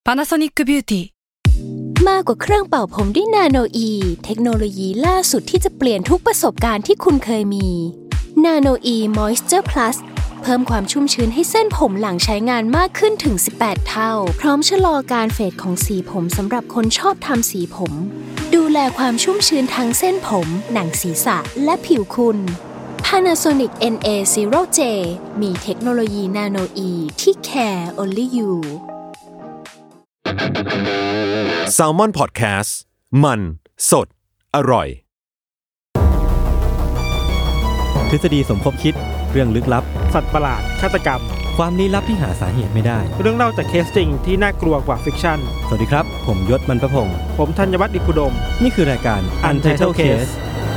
Panasonic Beauty มากกว่าเครื่องเป่าผมด้วยนาโนอีเทคโนโลยีล่าสุดที่จะเปลี่ยนทุกประสบการณ์ที่คุณเคยมีนาโนอีมอยส์เจอร์พลัสเพิ่มความชุ่มชื้นให้เส้นผมหลังใช้งานมากขึ้นถึง18เท่าพร้อมชะลอการเฟดของสีผมสำหรับคนชอบทำสีผมดูแลความชุ่มชื้นทั้งเส้นผมหนังศีรษะและผิวคุณ Panasonic NA0J มีเทคโนโลยีนาโนอีที่ care only you Salmon Podcast มันสดอร่อยทฤษฎีสมคบคิดเรื่องลึกลับสัตว์ประหลาดฆาตกรรมความลี้ลับที่หาสาเหตุไม่ได้เรื่องเล่าจากเคสจริงที่น่ากลัวกว่าฟิกชั่นสวัสดีครับผมยศมันประพงษ์ผมธัญวัฒน์อิพุดมนี่คือรายการ Untitled Case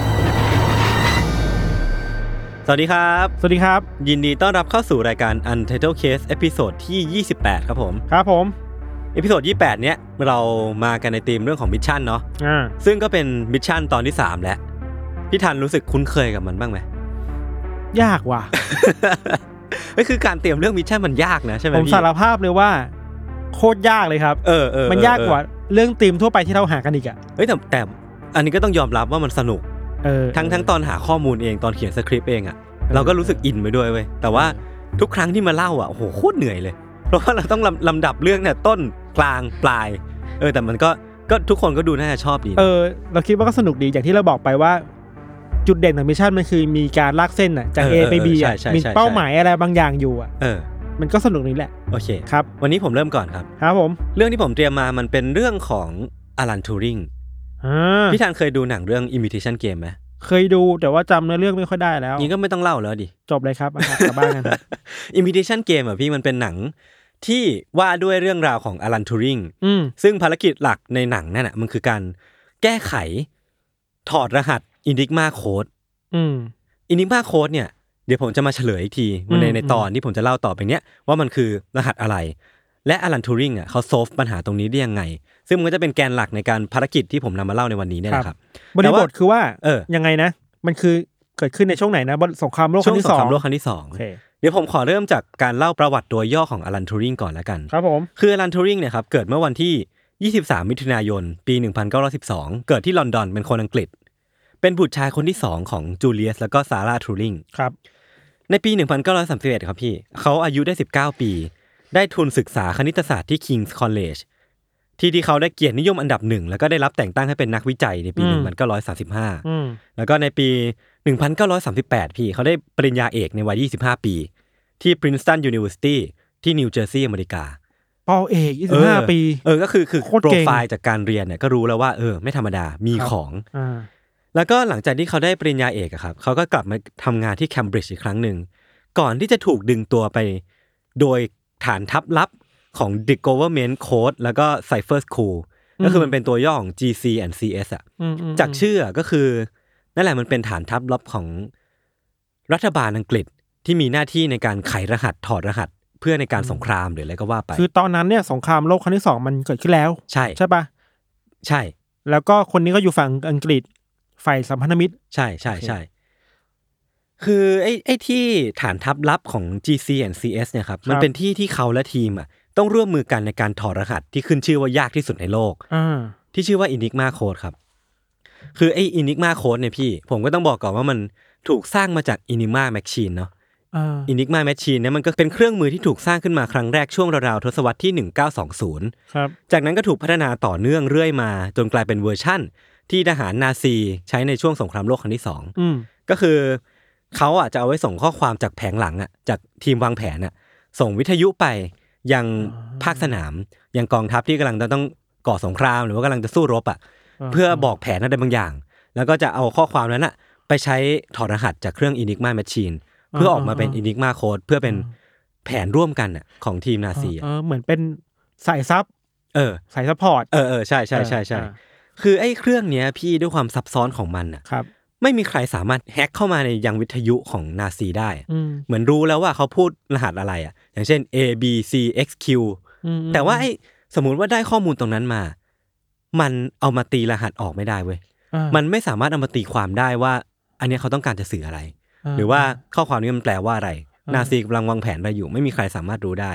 สวัสดีครับสวัสดีครับยินดีต้อนรับเข้าสู่รายการ Untitled Case เอพิโซดที่28ครับผมครับผมเอพิโซด28เนี้ยเรามากันในธีมเรื่องของมิชชั่นเนาะซึ่งก็เป็นมิชชั่นตอนที่3แล้วพี่ทันรู้สึกคุ้นเคยกับมันบ้างไหมยากว่ะก็คือการเตรียมเรื่องมิชชั่นมันยากนะใช่ไหมผมสารภาพเลยว่าโคตรยากเลยครับมันยากกว่าเรื่องธีมทั่วไปที่เราหากันอีกอ่ะเฮ้ยแต่อันนี้ก็ต้องยอมรับว่ามันสนุกทั้งตอนหาข้อมูลเองตอนเขียนสคริปต์เองอ่ะเราก็รู้สึกอินไปด้วยเว้ยแต่ว่าทุกครั้งที่มาเล่าอ่ะโอ้โหโคตรเหนื่อยเลยเพราะว่าเราต้องลำดับเรื่องเนี่ยต้นกลางปลายแต่มันก็ทุกคนก็ดูน่าจะชอบดีเราคิดว่าก็สนุกดีอย่างที่เราบอกไปว่าจุดเด่นของมิชชั่นมันคือมีการลากเส้นน่ะจาก A ไป B อ่ะมีเป้าหมายอะไรบางอย่างอยู่อ่ะมันก็สนุกนี่แหละโอเคครับวันนี้ผมเริ่มก่อนครับครับผมเรื่องที่ผมเตรียมมามันเป็นเรื่องของอลันทูริงพี่ธันเคยดูหนังเรื่อง Imitation Game มั้ยเคยดูแต่ว่าจำเนื้อเรื่องไม่ค่อยได้แล้วนี่ก็ไม่ต้องเล่าแล้วดิจบเลยครับกลับบ้านกันครับ Imitation Game อ่ะพี่มันเป็นหนังที่ว่าด้วยเรื่องราวของอลันทูริงซึ่งภารกิจหลักในหนังนั่นน่ะมันคือการแก้ไขถอดรหัส Enigma Code Enigma Code เนี่ยเดี๋ยวผมจะมาเฉลยอีกทีในตอนที่ผมจะเล่าต่อไปเนี้ยว่ามันคือรหัสอะไรและอลันทูริงอ่ะเขาโซฟปัญหาตรงนี้ได้ยังไงซึ่งมันก็จะเป็นแกนหลักในการภารกิจที่ผมนำมาเล่าในวันนี้เนี่ยนะครับบริบทคือว่ายังไงนะมันคือเกิดขึ้นในช่วงไหนนะสงครามโลกครั้งที่2 สงครามโลกครั้งที่2เดี๋ยวผมขอเริ่มจากการเล่าประวัติตัวย่อของอลันทูริงก่อนละกันครับผมคืออลันทูริงเนี่ยครับเกิดเมื่อวันที่23มิถุนายนปี1912เกิดที่ลอนดอนเป็นคนอังกฤษเป็นบุตรชายคนที่2ของจูเลียสแล้วก็ซาร่าทูริงครับในปี1931ครับพี่เขาอายุได้19ปีได้ทุนศึกษาคณิตศาสตร์ที่ King's College ที่เขาได้เกียรตินิยมอันดับ1แล้วก็ได้รับแต่งตั้งให้เป็นนักวิจัยในปี1935แล้วก็ในปี1938พี่เขาได้ปริญญาเอกในวัย25ปีที่ Princeton University ที่นิวเจอร์ซีย์อเมริกาปอเอก25ปีก็คือโปรไฟล์จากการเรียนเนี่ยก็รู้แล้วว่าไม่ธรรมดามีของแล้วก็หลังจากที่เขาได้ปริญญาเอกอะครับเขาก็กลับมาทำงานที่เคมบริดจ์อีกครั้งหนึ่งก่อนที่จะถูกดึงตัวไปโดยฐานทัพลับของ The Government Code แล้วก็ Cipher School ก็คือมันเป็นตัวย่อของ GC and CS อ่ะจากชื่อก็คือนั่นแหละมันเป็นฐานทัพลับของรัฐบาลอังกฤษที่มีหน้าที่ในการไขรหัสถอดรหัสเพื่อในการสงครามหรืออะไรก็ว่าไปคือตอนนั้นเนี่ยสงครามโลกครั้งที่2มันเกิดขึ้นแล้วใช่ปะใช่แล้วก็คนนี้ก็อยู่ฝั่งอังกฤษฝ่ายสัมพันธมิตรใช่คือไอ้ที่ฐานทัพลับของ GC and CS เนี่ยครับมันเป็นที่เขาและทีมอ่ะต้องร่วมมือกันในการถอดรหัสที่ขึ้นชื่อว่ายากที่สุดในโลกที่ชื่อว่า Enigma Code ครับคือไอ้ Enigma Code เนี่ยพี่ผมก็ต้องบอกก่อนว่ามันถูกสร้างมาจาก Enigma Machine เนาะEnigma Machine เนี่ยมันก็เป็นเครื่องมือที่ถูกสร้างขึ้นมาครั้งแรกช่วงราวๆทศวรรษที่1920 ครับจากนั้นก็ถูกพัฒนาต่อเนื่องเรื่อยมาจนกลายเป็นเวอร์ชั่นที่ทหารนาซีใช้ในช่วงสงครามโลกครั้งที่2ก็คือเขาอ่ะจะเอาไว้ส่งข้อความจากแผงหลังอ่ะจากทีมวางแผนอ่ะส่งวิทยุไปยังภาคสนามยังกองทัพที่กำลังต้องก่อสงครามหรือว่ากำลังจะสู้รบอ่ะเพื่อบอกแผนอะไรบางอย่างแล้วก็จะเอาข้อความนั้นอ่ะไปใช้ถอดรหัสจากเครื่อง Enigma Machine เพื่อออกมาเป็น Enigma Code เพื่อเป็นแผนร่วมกันอ่ะของทีมนาซีเหมือนเป็นสายซับสายซัพพอร์ตใช่คือไอ้เครื่องเนี้ยพี่ด้วยความซับซ้อนของมันอ่ะไม่มีใครสามารถแฮ็กเข้ามาในยังวิทยุของนาซีได้เหมือนรู้แล้วว่าเขาพูดรหัสอะไรอ่ะอย่างเช่น A B C X Q แต่ว่าไอ้สมมุติว่าได้ข้อมูลตรงนั้นมามันเอามาตีรหัสออกไม่ได้เว้ยมันไม่สามารถเอามาตีความได้ว่าอันนี้เขาต้องการจะสื่ออะไรหรือว่าข้อความนี้มันแปลว่าอะไรนาซีกำลังวางแผนอะไรอยู่ไม่มีใครสามารถรู้ได้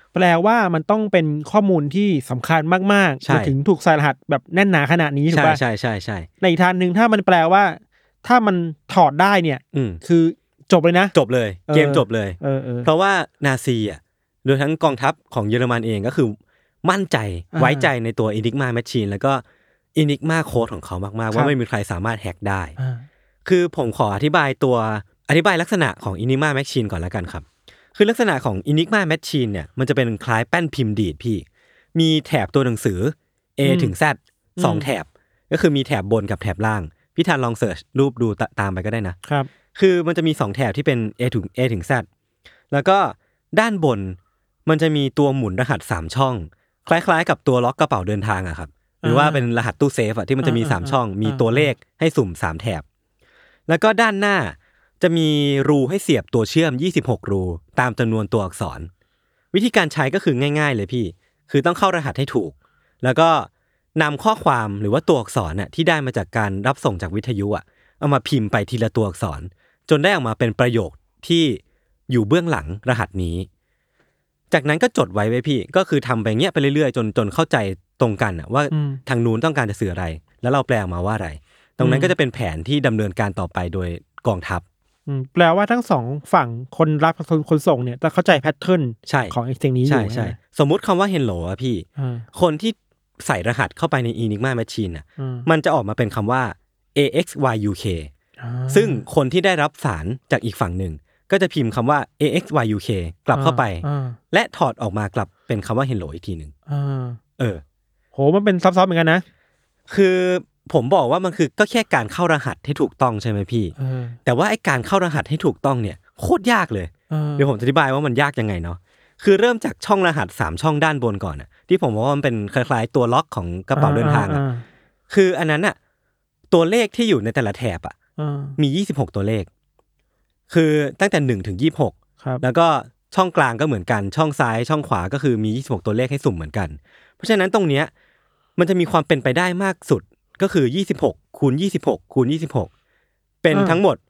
แปลว่ามันต้องเป็นข้อมูลที่สำคัญมากๆถึงถูกใส่รหัสแบบแน่นหนาขนาดนี้ถูกป่ะใช่ในอีกทางนึงถ้ามันแปลว่าถ้ามันถอดได้เนี่ยคือจบเลยนะจบเลยเกมจบเลยเพราะว่านาซีอ่ะโดยทั้งกองทัพของเยอรมันเองก็คือมั่นใจไว้ใจในตัว Enigma Machine แล้วก็ Enigma Code ของเขามากๆว่าไม่มีใครสามารถแฮกได้คือผมขออธิบายลักษณะของ Enigma Machine ก่อนแล้วกันครับคือลักษณะของ Enigma Machine เนี่ยมันจะเป็นคล้ายแป้นพิมพ์ดีดพี่มีแถบตัวหนังสือ A ถึง Z 2แถบก็คือมีแถบบนกับแถบล่างพี่ทันลองเสิร์ชรูปดูตามไปก็ได้นะครับคือมันจะมี2แถบที่เป็น A ถึง Z แล้วก็ด้านบนมันจะมีตัวหมุนรหัส3ช่องคล้ายๆกับตัวล็อกกระเป๋าเดินทางอะครับหรือว่าเป็นรหัสตู้เซฟอะที่มันจะมี3ช่องมีตัวเลขให้สุ่ม3แถบแล้วก็ด้านหน้าจะมีรูให้เสียบตัวเชื่อม26รูตามจำนวนตัวอักษรวิธีการใช้ก็คือง่ายๆเลยพี่คือต้องเข้ารหัสให้ถูกแล้วก็นำข้อความหรือว่าตัวอักษรน่ะที่ได้มาจากการรับส่งจากวิทยุอ่ะเอามาพิมพ์ไปทีละตัวอักษรจนได้ออกมาเป็นประโยคที่อยู่เบื้องหลังรหัสนี้จากนั้นก็จดไว้พี่ก็คือทำไปเงี้ยไปเรื่อยๆจนเข้าใจตรงกันอ่ะว่าทางนู้นต้องการจะสื่ออะไรแล้วเราแปลออกมาว่าอะไรตรงนั้นก็จะเป็นแผนที่ดำเนินการต่อไปโดยกองทัพแปลว่าทั้งสองฝั่งคนรับคนส่งเนี่ยต้องเข้าใจแพทเทิร์นของไอ้สิ่งนี้อยู่ใช่สมมุติคำว่า hello อ่ะพี่คนที่ใส่รหัสเข้าไปใน Enigma Machine น่ะมันจะออกมาเป็นคำว่า AXYUK ซึ่งคนที่ได้รับสารจากอีกฝั่งหนึ่งก็จะพิมพ์คำว่า AXYUK กลับเข้าไปและถอดออกมากลับเป็นคำว่า hello อีกทีนึงโหมันเป็นซับซ้อนเหมือนกันนะคือผมบอกว่ามันคือก็แค่การเข้ารหัสให้ถูกต้องใช่ไหมพี่แต่ว่าไอ้การเข้ารหัสให้ถูกต้องเนี่ยโคตรยากเลยเดี๋ยวผมอธิบายว่ามันยากยังไงเนาะคือเริ่มจากช่องรหัส3ช่องด้านบนก่อนน่ะที่ผมว่ามันเป็นคล้ายๆตัวล็อกของกระเป๋าเดินทางอ่ะคืออันนั้นน่ะตัวเลขที่อยู่ในแต่ละแถบอ่ะมี26ตัวเลขคือตั้งแต่1ถึง26แล้วก็ช่องกลางก็เหมือนกันช่องซ้ายช่องขวาก็คือมี26ตัวเลขให้สุ่มเหมือนกันเพราะฉะนั้นตรงเนี้ยมันจะมีความเป็นไปได้มากสุดก็คือ26คูณ26คูณ26เป็นทั้งหมด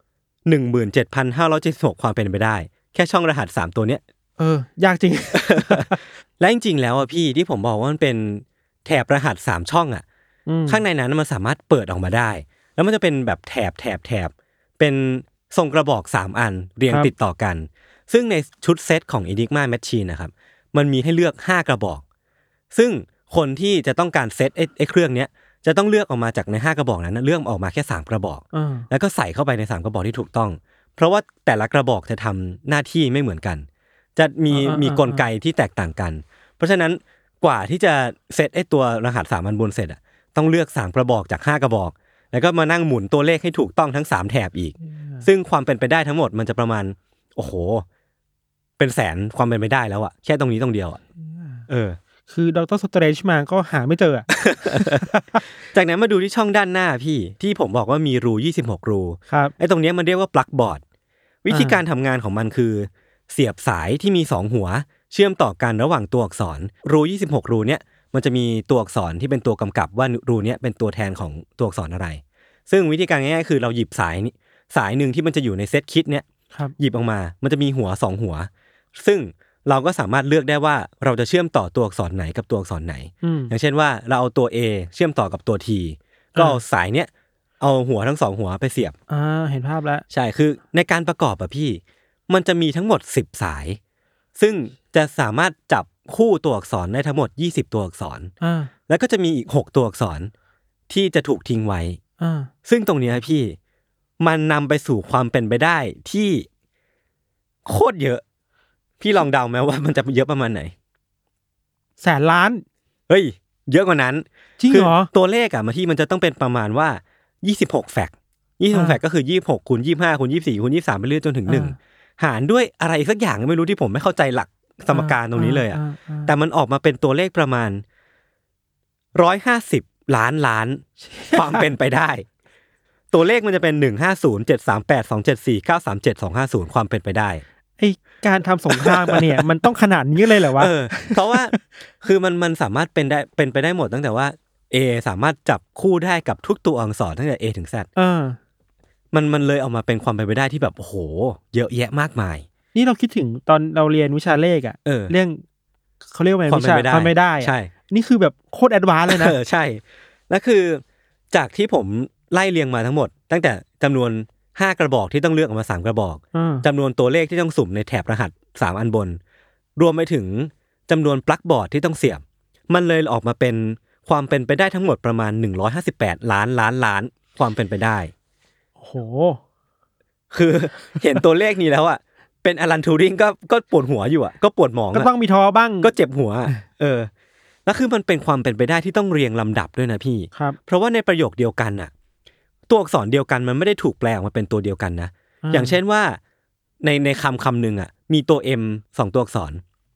17,576 ความเป็นไปได้แค่ช่องรหัส3ตัวเนี้ยยากจริงและจริงๆแล้วอ่ะพี่ที่ผมบอกว่ามันเป็นแถบรหัส3ช่องอ่ะข้างในนั้นมันสามารถเปิดออกมาได้แล้วมันจะเป็นแบบแถบเป็นทรงกระบอก3อันเรียงติดต่อกันซึ่งในชุดเซตของ Enigma Machine นะครับมันมีให้เลือก5กระบอกซึ่งคนที่จะต้องการเซตไอ้เครื่องเนี้ยจะต้องเลือกออกมาจากใน5กระบอกนั้นเลือกออกมาแค่3กระบอกแล้วก็ใส่เข้าไปใน3กระบอกที่ถูกต้องเพราะว่าแต่ละกระบอกจะทำหน้าที่ไม่เหมือนกันจะมีกลไกที่แตกต่างกันเพราะฉะนั้นกว่าที่จะเซตไอ้ตัวรหัส3อันบนเสร็จอ่ะต้องเลือก3กระบอกจาก5กระบอกแล้วก็มานั่งหมุนตัวเลขให้ถูกต้องทั้ง3แถบอีกซึ่งความเป็นไปได้ทั้งหมดมันจะประมาณโอ้โหเป็นแสนความเป็นไปได้แล้วอ่ะแค่ตรงนี้ตรงเดียวอ่ะคือดร.สเตรนจ์มาก็หาไม่เจอจากนั้นมาดูที่ช่องด้านหน้าพี่ที่ผมบอกว่ามีรู26รูไอ้ตรงนี้มันเรียกว่าปลั๊กบอร์ดวิธีการทำงานของมันคือเสียบสายที่มี2หัวเชื่อมต่อกันระหว่างตัวอักษรรู26รูเนี้ยมันจะมีตัวอักษรที่เป็นตัวกำกับว่ารูเนี้ยเป็นตัวแทนของตัวอักษรอะไรซึ่งวิธีการง่ายๆคือเราหยิบสายนึงที่มันจะอยู่ในเซตคิดเนี้ยหยิบออกมามันจะมีหัว2หัวซึ่งเราก็สามารถเลือกได้ว่าเราจะเชื่อมต่อตัวอักษรไหนกับตัวอักษรไหนอย่างเช่นว่าเราเอาตัว A เชื่อมต่อกับตัว T ก็เอาสายเนี้ยเอาหัวทั้ง2หัวไปเสียบเห็นภาพแล้วใช่คือในการประกอบอะพี่มันจะมีทั้งหมด10สายซึ่งจะสามารถจับคู่ตัวอักษรได้ทั้งหมด20ตัวอักษรแล้วก็จะมีอีก6ตัวอักษรที่จะถูกทิ้งไว้ซึ่งตรงนี้พี่มันนำไปสู่ความเป็นไปได้ที่โคตรเยอะพี่ลองเดาไหมว่ามันจะเยอะประมาณไหนแสนล้านเฮ้ยเยอะกว่านั้นจริงเหรอตัวเลขอ่ะมาที่มันจะต้องเป็นประมาณว่า26แฟกต์26แฟกต์ก็คือ26คูณ25คูณ24คูณ23ไปเรื่อยจนถึง1หารด้วยอะไรสักอย่างไม่รู้ที่ผมไม่เข้าใจหลักสมการตรงนี้เลยอ่ะแต่มันออกมาเป็นตัวเลขประมาณ150ล้านความเป็นไปได้ตัวเลขมันจะเป็น150 738 274 937 250ความเป็นไปได้ไอ้การทำสงครามมาเนี่ย มันต้องขนาดนี้เลยเหรอวะเพราะว่าคือมันสามารถเป็นไปได้หมดตั้งแต่ว่า A สามารถจับคู่ได้กับทุกตัวอักษรตั้งแต่ A ถึง Z มันเลยออกมาเป็นความเป็นไปได้ที่แบบโอ้โหเยอะแยะมากมายนี่เราคิดถึงตอนเราเรียนวิชาเลขอ่ะเรื่องเขาเรียกว่าความไม่ได้ใช่นี่คือแบบโคตรแอดวานซ์เลยนะใช่แล้วคือจากที่ผมไล่เรียงมาทั้งหมดตั้งแต่จำนวน5กระบอกที่ต้องเลือกออกมา3กระบอกจำนวนตัวเลขที่ต้องสุ่มในแถบรหัส3อันบนรวมไปถึงจำนวนปลั๊กบอร์ดที่ต้องเสียบมันเลยออกมาเป็นความเป็นไปได้ทั้งหมดประมาณ158ล้านความเป็นไปได้โอ้โหคือเห็นตัวเลขนี้แล้วอ่ะเป็นอลันทูริงก็ปวดหัวอยู่อ่ะก็ปวดหมองก็ต้องมีท้อบ้างก็เจ็บหัวแล้วคือมันเป็นความเป็นไปได้ที่ต้องเรียงลำดับด้วยนะพี่เพราะว่าในประโยคเดียวกันน่ะตัวอักษรเดียวกันมันไม่ได้ถูกแปลออกมาเป็นตัวเดียวกันนะอย่างเช่นว่าในคำนึงอ่ะมีตัว M 2ตัวอักษร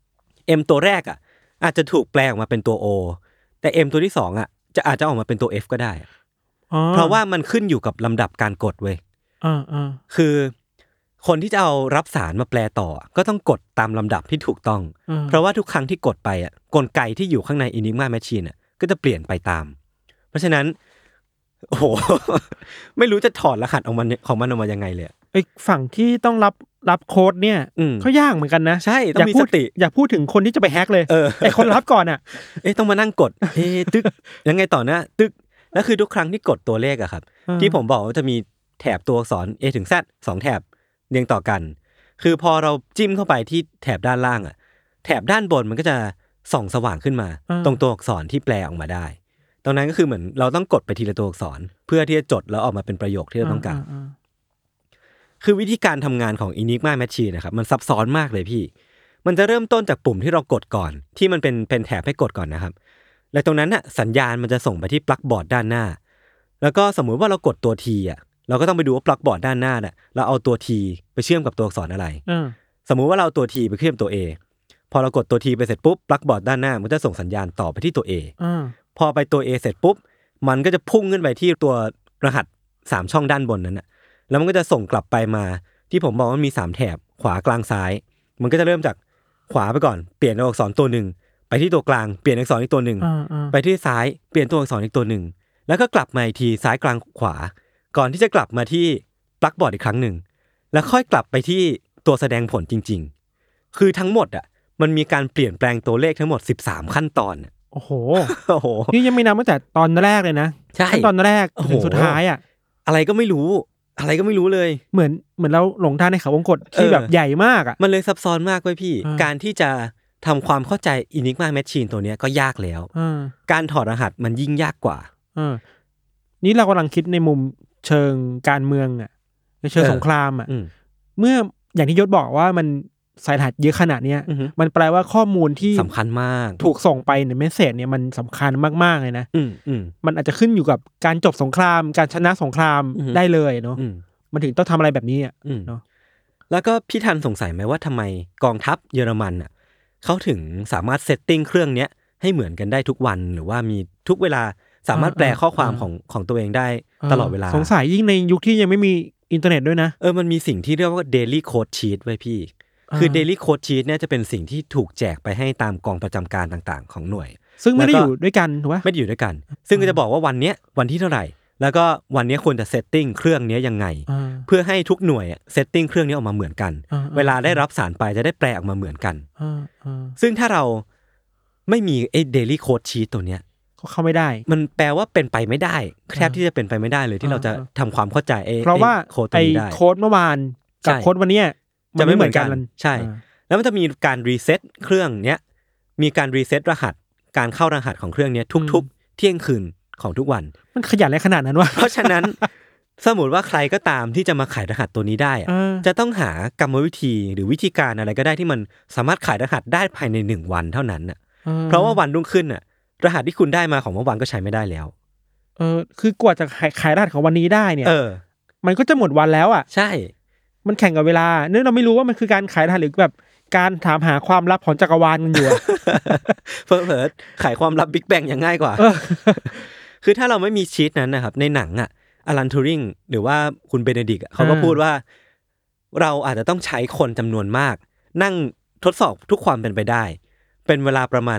M ตัวแรกอ่ะอาจจะถูกแปลออกมาเป็นตัว O แต่ M ตัวที่2อ่ะอาจจะออกมาเป็นตัว F ก็ได้เพราะว่ามันขึ้นอยู่กับลำดับการกดเว้ยคือคนที่จะเอารับสารมาแปลต่อก็ต้องกดตามลำดับที่ถูกต้องเพราะว่าทุกครั้งที่กดไปอ่ะกลไกที่อยู่ข้างใน Enigma Machine อ่ะก็จะเปลี่ยนไปตามเพราะฉะนั้นโอ้โห ไม่รู้จะถอดรหัสของมันออกมายังไงเลยไอ้ฝั่งที่ต้องรับโค้ดเนี่ยเขายากเหมือนกันนะใช่ต้องมีสติอยากพูดถึงคนที่จะไปแฮกเลยไอ้คนรับก่อนอ่ะต้องมานั่งกดตึกยังไงต่อนะตึกแล้วคือทุกครั้งที่กดตัวเลขอะครับที่ผมบอกว่าจะมีแถบตัวอักษร A ถึง Z 2แถบเรียงต่อกันคือพอเราจิ้มเข้าไปที่แถบด้านล่างอ่ะแถบด้านบนมันก็จะส่องสว่างขึ้นมาตรงตัวอักษรที่แปลออกมาได้ตรงนั้นก็คือเหมือนเราต้องกดไปทีละตัวอักษรเพื่อที่จะจดแล้วออกมาเป็นประโยคที่เราต้องการคือวิธีการทำงานของ Enigma Machine นะครับมันซับซ้อนมากเลยพี่มันจะเริ่มต้นจากปุ่มที่เรากดก่อนที่มันเป็นแถบให้กดก่อนนะครับและตรงนั้นน่ะสัญญาณมันจะส่งไปที่ปลั๊กบอร์ดด้านหน้าแล้วก็สมมุติว่าเรากดตัว T อ่ะเราก็ต้องไปดูว่าปลั๊กบอร์ดด้านหน้าน่ะเราเอาตัว T ไปเชื่อมกับตัวอักษรอะไรสมมุติว่าเราตัว T ไปเชื่อมตัว A พอเรากดตัว T ไปเสร็จปุ๊บปลั๊กบอร์ดด้านหน้ามันจะส่งสัญญาณต่อไปที่ตัว A พอไปตัว A เสร็จปุ๊บมันก็จะพุ่งขึ้นไปที่ตัวรหัส3ช่องด้านบนนั้นน่ะแล้วมันก็จะส่งกลับไปมาที่ผมบอกว่ามี3แถบขวากลางซ้ายมันก็จะเริ่มจากขวาไปก่อนเปลี่ยนตัวอักษรตัวนึงไปที่ตัวกลางเปลี่ยนอักษรอีกตัวนึงไปที่ซ้ายเปลี่ยนตัวอักษรอีกตัวนึงแล้วก็กลับมาอีกทีซ้ายกลางขวาก่อนที่จะกลับมาที่ปลั๊กบอร์ดอีกครั้งนึงแล้วค่อยกลับไปที่ตัวแสดงผลจริงๆคือทั้งหมดอ่ะมันมีการเปลี่ยนแปลงตัวเลขทั้งหมด13ขั้นตอนโอ้โหนี่ยังไม่นับตั้งแต่ตอนแรกเลยนะขั้นตอนแรกถึงสุดท้ายอ่ะอะไรก็ไม่รู้เลยเหมือนเราหลงทางในเขาวงกตที่แบบใหญ่มากอ่ะมันเลยซับซ้อนมากเว้ยพี่การที่จะทำความเข้าใจ Enigma Machine ตัวเนี้ยก็ยากแล้วการถอดรหัสมันยิ่งยากกว่านี่เรากำลังคิดในมุมเชิงการเมืองอ่ะในเชิงสงครามอ่ะเมื่ออย่างที่ยศบอกว่ามันสายรหัสเยอะขนาดเนี้ยมันแปลว่าข้อมูลที่สำคัญมากถูกส่งไปในเมสเสจเนี่ยมันสำคัญมากๆเลยนะมันอาจจะขึ้นอยู่กับการจบสงครามการชนะสงครามได้เลยเนาะมันถึงต้องทำอะไรแบบนี้อ่ะเนาะแล้วก็พี่ทันสงสัยไหมว่าทำไมกองทัพเยอรมันอ่ะเขาถึงสามารถเซตติ้งเครื่องเนี้ยให้เหมือนกันได้ทุกวันหรือว่ามีทุกเวลาสามารถแปลข้อความของตัวเองได้ตลอดเวลาสงสัยยิ่งในยุคที่ยังไม่มีอินเทอร์เน็ตด้วยนะมันมีสิ่งที่เรียกว่า Daily Code Sheet ไว้พี่คือ Daily Code Sheet เนี่ยจะเป็นสิ่งที่ถูกแจกไปให้ตามกองประจำการต่างๆของหน่วยซึ่งไม่ได้อยู่ด้วยกันถูกไหมไม่ได้อยู่ด้วยกันซึ่งก็จะบอกว่าวันเนี้ยวันที่เท่าไหร่แล้วก็วันนี้ควรจะเซตติ้งเครื่องนี้ยังไงเพื่อให้ทุกหน่วยเซตติ้งเครื่องนี้ออกมาเหมือนกันเวลาได้รับสารไปจะได้แปลออกมาเหมือนกันซึ่งถ้าเราไม่มีไอ้ Daily Code Sheet ตัวเนี้ยเข้าไม่ได้มันแปลว่าเป็นไปไม่ได้แทบที่จะเป็นไปไม่ได้เลยที่เราจะทำความเข้าใจเพราะว่าโค้ดตัวนี้ได้โค้ดเมื่อวานกับโค้ดวันนี้จะไม่เหมือนกันใช่แล้วมันจะมีการรีเซ็ตเครื่องเนี้ยมีการรีเซ็ตรหัสการเข้ารหัสของเครื่องเนี้ยทุกๆเที่ยงคืนของทุกวันมันขยันอะไรขนาดนั้นวะเพราะฉะนั้นสมมติว่าใครก็ตามที่จะมาขายรหัสตัวนี้ได้จะต้องหากรรมวิธีหรือวิธีการอะไรก็ได้ที่มันสามารถขายรหัสได้ภายใน1วันเท่านั้นน่ะเพราะว่าวันรุ่งขึ้นน่ะรหัสที่คุณได้มาของเมื่อวานก็ใช้ไม่ได้แล้วคือกว่าจะขายรหัสของวันนี้ได้เนี่ยมันก็จะหมดวันแล้วอ่ะใช่มันแข่งกับเวลาเนื่องเราไม่รู้ว่ามันคือการขายรหัสหรือแบบการถามหาความลับของจักรวาลกันอยู่เผลอขายความลับบิ๊กแบงยังง่ายกว่าคือถ้าเราไม่มีชีทนั้นนะครับในหนังอ่ะอลันทูริงหรือว่าคุณเบเนดิกต์เขาก็พูดว่าเราอาจจะต้องใช้คนจำนวนมากนั่งทดสอบทุกความเป็นไปได้เป็นเวลาประมาณ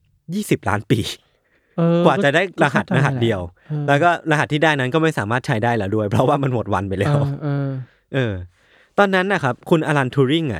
20 ล้านปีกว่าจะได้รหัสเดียวแล้วก็รหัสที่ได้นั้นก็ไม่สามารถใช้ได้แล้วด้วยเพราะว่ามันหมดวันไปแล้วตอนนั้นนะครับคุณอลันทูริงอ่ะ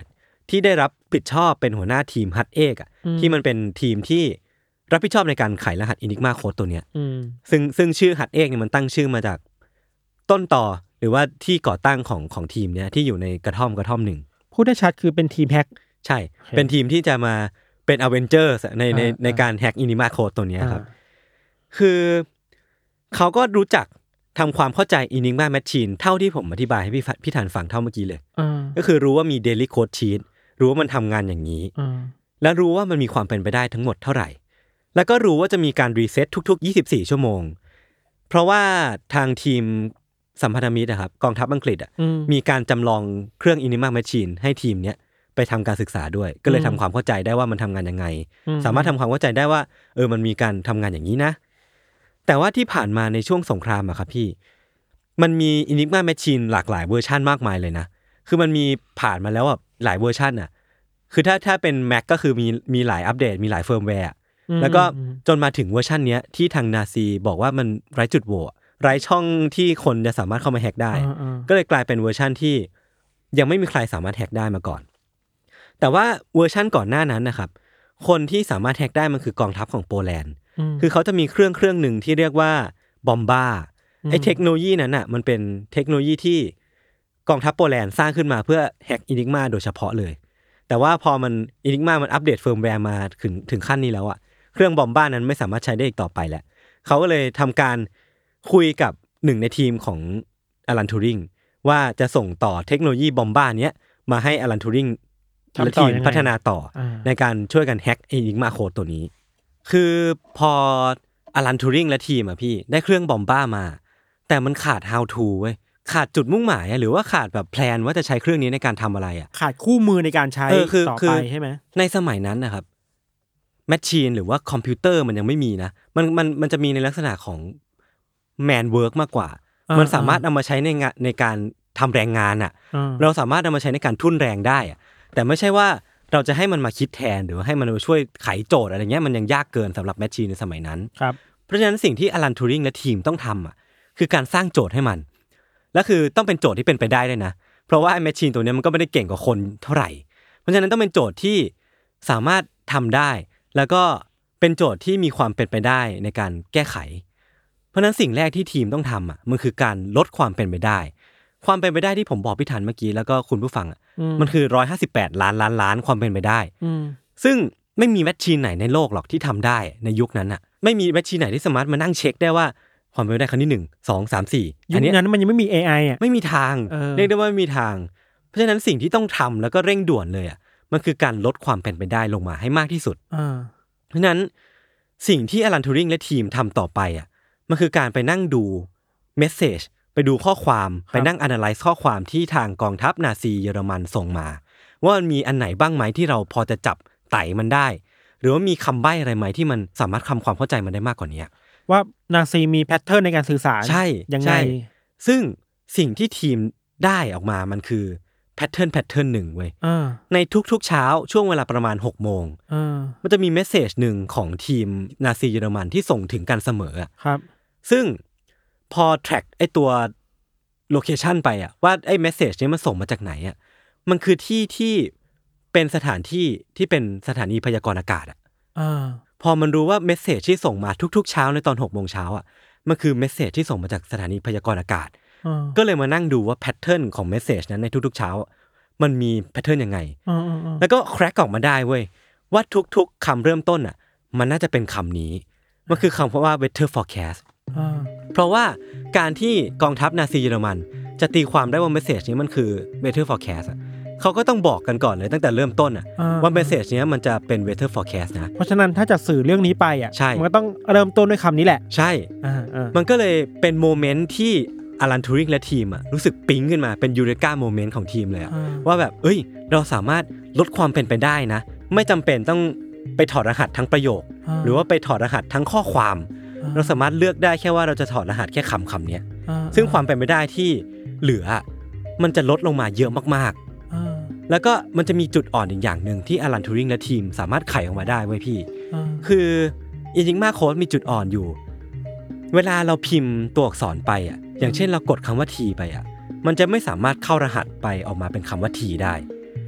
ที่ได้รับผิดชอบเป็นหัวหน้าทีมฮัตเอกอ่ะที่มันเป็นทีมที่รับผิดชอบในการไขรหัส Enigma Code ตัวเนี้ยซึ่งชื่อฮัตเอกเนี่ยมันตั้งชื่อมาจากต้นต่อหรือว่าที่ก่อตั้งของทีมเนี้ยที่อยู่ในกระท่อมหนึ่งพูดได้ชัดคือเป็นทีมแฮกใช่ okay. เป็นทีมที่จะมาเป็นอเวนเจอร์ในการแฮก Enigma Code ตัวเนี้ยครับคือเขาก็รู้จักทำความเข้าใจ Enigma Machine เท่าที่ผมอธิบายให้พี่ธันฟังเท่าเมื่อกี้เลยก็คือรู้ว่ามี Daily Code Sheet รู้ว่ามันทำงานอย่างนี้และรู้ว่ามันมีความเป็นไปได้ทั้งหมดเท่าไหร่แล้วก็รู้ว่าจะมีการรีเซ็ตทุกๆ24ชั่วโมงเพราะว่าทางทีมสัมพันธมิตรครับกองทัพอังกฤษมีการจำลองเครื่อง Enigma Machine ให้ทีมเนี้ยไปทำการศึกษาด้วยก็เลยทำความเข้าใจได้ว่ามันทำงานยังไงสามารถทำความเข้าใจได้ว่ามันมีการทำงานอย่างนี้นะแต่ว่าที่ผ่านมาในช่วงสงครามอะครับพี่มันมี Enigma Machine หลากหลายเวอร์ชันมากมายเลยนะคือมันมีผ่านมาแล้วหลายเวอร์ชันอะคือถ้าเป็น Mac ก็คือมีหลายอัปเดตมีหลายเฟิร์มแวร์แล้วก็จนมาถึงเวอร์ชันเนี้ยที่ทางนาซีบอกว่ามันไร้จุดโหว่ไร้ช่องที่คนจะสามารถเข้ามาแฮกได้ก็เลยกลายเป็นเวอร์ชันที่ยังไม่มีใครสามารถแฮกได้มาก่อนแต่ว่าเวอร์ชันก่อนหน้านั้นนะครับคนที่สามารถแฮกได้มันคือกองทัพของโปแลนด์คือเขาจะมีเครื่องหนึ่งที่เรียกว่าบอมบ้าไอ้เทคโนโลยีนั้นน่ะมันเป็นเทคโนโลยีที่กองทัพโปแลนด์สร้างขึ้นมาเพื่อแฮก Enigma โดยเฉพาะเลยแต่ว่าพอมัน Enigma มันอัปเดตเฟิร์มแวร์มาถึงขั้นนี้แล้วอ่ะเครื่องบอมบ้านั้นไม่สามารถใช้ได้อีกต่อไปแล้วเขาก็เลยทำการคุยกับหนึ่งในทีมของอลันทูริงว่าจะส่งต่อเทคโนโลยีบอมบ้าเนี้ยมาให้อลันทูริงและทีมพัฒนาต่อในการช่วยกันแฮก Enigma Code ตัวนี้คือพออลันทูริงและทีมอ่ะพี่ได้เครื่องบอมบ้ามาแต่มันขาด how to เว้ยขาดจุดมุ่งหมายหรือว่าขาดแบบแพลนว่าจะใช้เครื่องนี้ในการทำอะไรอ่ะขาดคู่มือในการใช้ต่อไปใช่ไหมในสมัยนั้นนะครับแมชชีนหรือว่าคอมพิวเตอร์มันยังไม่มีนะมันจะมีในลักษณะของแมนเวิร์กมากกว่ามันสามารถเอามาใช้ในการทำแรงงานอ่ะเราสามารถเอามาใช้ในการทุ่นแรงได้อ่ะแต่ไม่ใช่ว่าเราจะให้มันมาคิดแทนหรือให้มันมาช่วยไขโจทย์อะไรเงี้ยมันยังยากเกินสำหรับแมชชีนในสมัยนั้นเพราะฉะนั้นสิ่งที่อลันทูริงและทีมต้องทำอ่ะคือการสร้างโจทย์ให้มันและคือต้องเป็นโจทย์ที่เป็นไปได้ด้วยนะเพราะว่าไอ้แมชชีนตัวนี้มันก็ไม่ได้เก่งกว่าคนเท่าไหร่เพราะฉะนั้นต้องเป็นโจทย์ที่สามารถทำได้แล้วก็เป็นโจทย์ที่มีความเป็นไปได้ในการแก้ไขเพราะฉะนั้นสิ่งแรกที่ทีมต้องทำอ่ะมันคือการลดความเป็นไปได้ความเป็นไปได้ที่ผมบอกพี่ทันเมื่อกี้แล้วก็คุณผู้ฟังอ่ะมันคือ158ล้านความเป็นไปได้ซึ่งไม่มีแมชชีนไหนในโลกหรอกที่ทำได้ในยุคนั้นอ่ะไม่มีแมชชีนไหนที่สามารถมานั่งเช็คได้ว่าความเป็นไปได้ครั้งที่1 2 3 4 อันนี้นั้นมันยังไม่มี AI อ่ะไม่มีทางเรียกได้ว่าไม่มีทางเพราะฉะนั้นสิ่งที่ต้องทำแล้วก็เร่งด่วนเลยอ่ะมันคือการลดความเป็นไปได้ลงมาให้มากที่สุดเพราะฉะนั้นสิ่งที่อลันทูริงและทีมทำต่อไปอ่ะมันคือการไปนั่งดูเมสเสจไปดูข้อความไปนั่ง analyze ข้อความที่ทางกองทัพนาซีเยอรมันส่งมาว่ามันมีอันไหนบ้างไหมที่เราพอจะจับไต่มันได้หรือว่ามีคำใบ้อะไรไหมที่มันสามารถทำความเข้าใจมันได้มากกว่านี้ว่านาซีมีแพทเทิร์นในการสื่อสารใช่ยังไงซึ่งสิ่งที่ทีมได้ออกมามันคือแพทเทิร์นหนึ่งเว้ยในทุกๆเช้าช่วงเวลาประมาณ 6 โมงมันจะมีเมสเสจหนึ่งของทีมนาซีเยอรมันที่ส่งถึงกันเสมอครับซึ่งพอ track ไอตัวโลเคชันไปว่าไอเมสเสจนี้มันส่งมาจากไหนมันคือที่เป็นสถานที่ที่เป็นสถานีพยากรณ์อากาศพอมันรู้ว่าเมสเสจที่ส่งมาทุกๆเช้าในตอน 6 โมงเช้ามันคือเมสเสจที่ส่งมาจากสถานีพยากรณ์อากาศก็เลยมานั่งดูว่าแพทเทิร์นของเมสเสจนั้นในทุกๆเช้ามันมีแพทเทิร์นยังไงแล้วก็แคร็กออกมาได้เว้ยว่าทุกๆคำเริ่มต้นมันน่าจะเป็นคำนี้มันคือคำว่า weather forecast เพราะว่าการที่กองทัพนาซีเยอรมันจะตีความได้ว่าเมสเสจนี้มันคือ weather forecast เขาก็ต้องบอกกันก่อนเลยตั้งแต่เริ่มต้นว่าเมสเสจนี้มันจะเป็น weather forecast นะเพราะฉะนั้นถ้าจะสื่อเรื่องนี้ไปมันก็ต้องเริ่มต้นด้วยคำนี้แหละใช่มันก็เลยเป็นโมเมนต์ที่อลันทูริงและทีมรู้สึกปิ๊งขึ้นมาเป็นยูเรกาโมเมนต์ของทีมเลยว่าแบบเราสามารถลดความเป็นไปได้นะไม่จำเป็นต้องไปถอดรหัสทั้งประโยคหรือว่าไปถอดรหัสทั้งข้อความเราสามารถเลือกได้แค่ว่าเราจะถอดรหัสแค่คำนี้ซึ่งความเป็นไปได้ที่เหลือมันจะลดลงมาเยอะมากๆแล้วก็มันจะมีจุดอ่อนอีกอย่างนึงที่อลันทูริงและทีมสามารถไขออกมาได้เว้ยพี่คือEnigma Codeมีจุดอ่อนอยู่เวลาเราพิมพ์ตัวอักษรไปอย่างเช่นเรากดคำว่า T ไปมันจะไม่สามารถเข้ารหัสไปออกมาเป็นคำว่า T ได้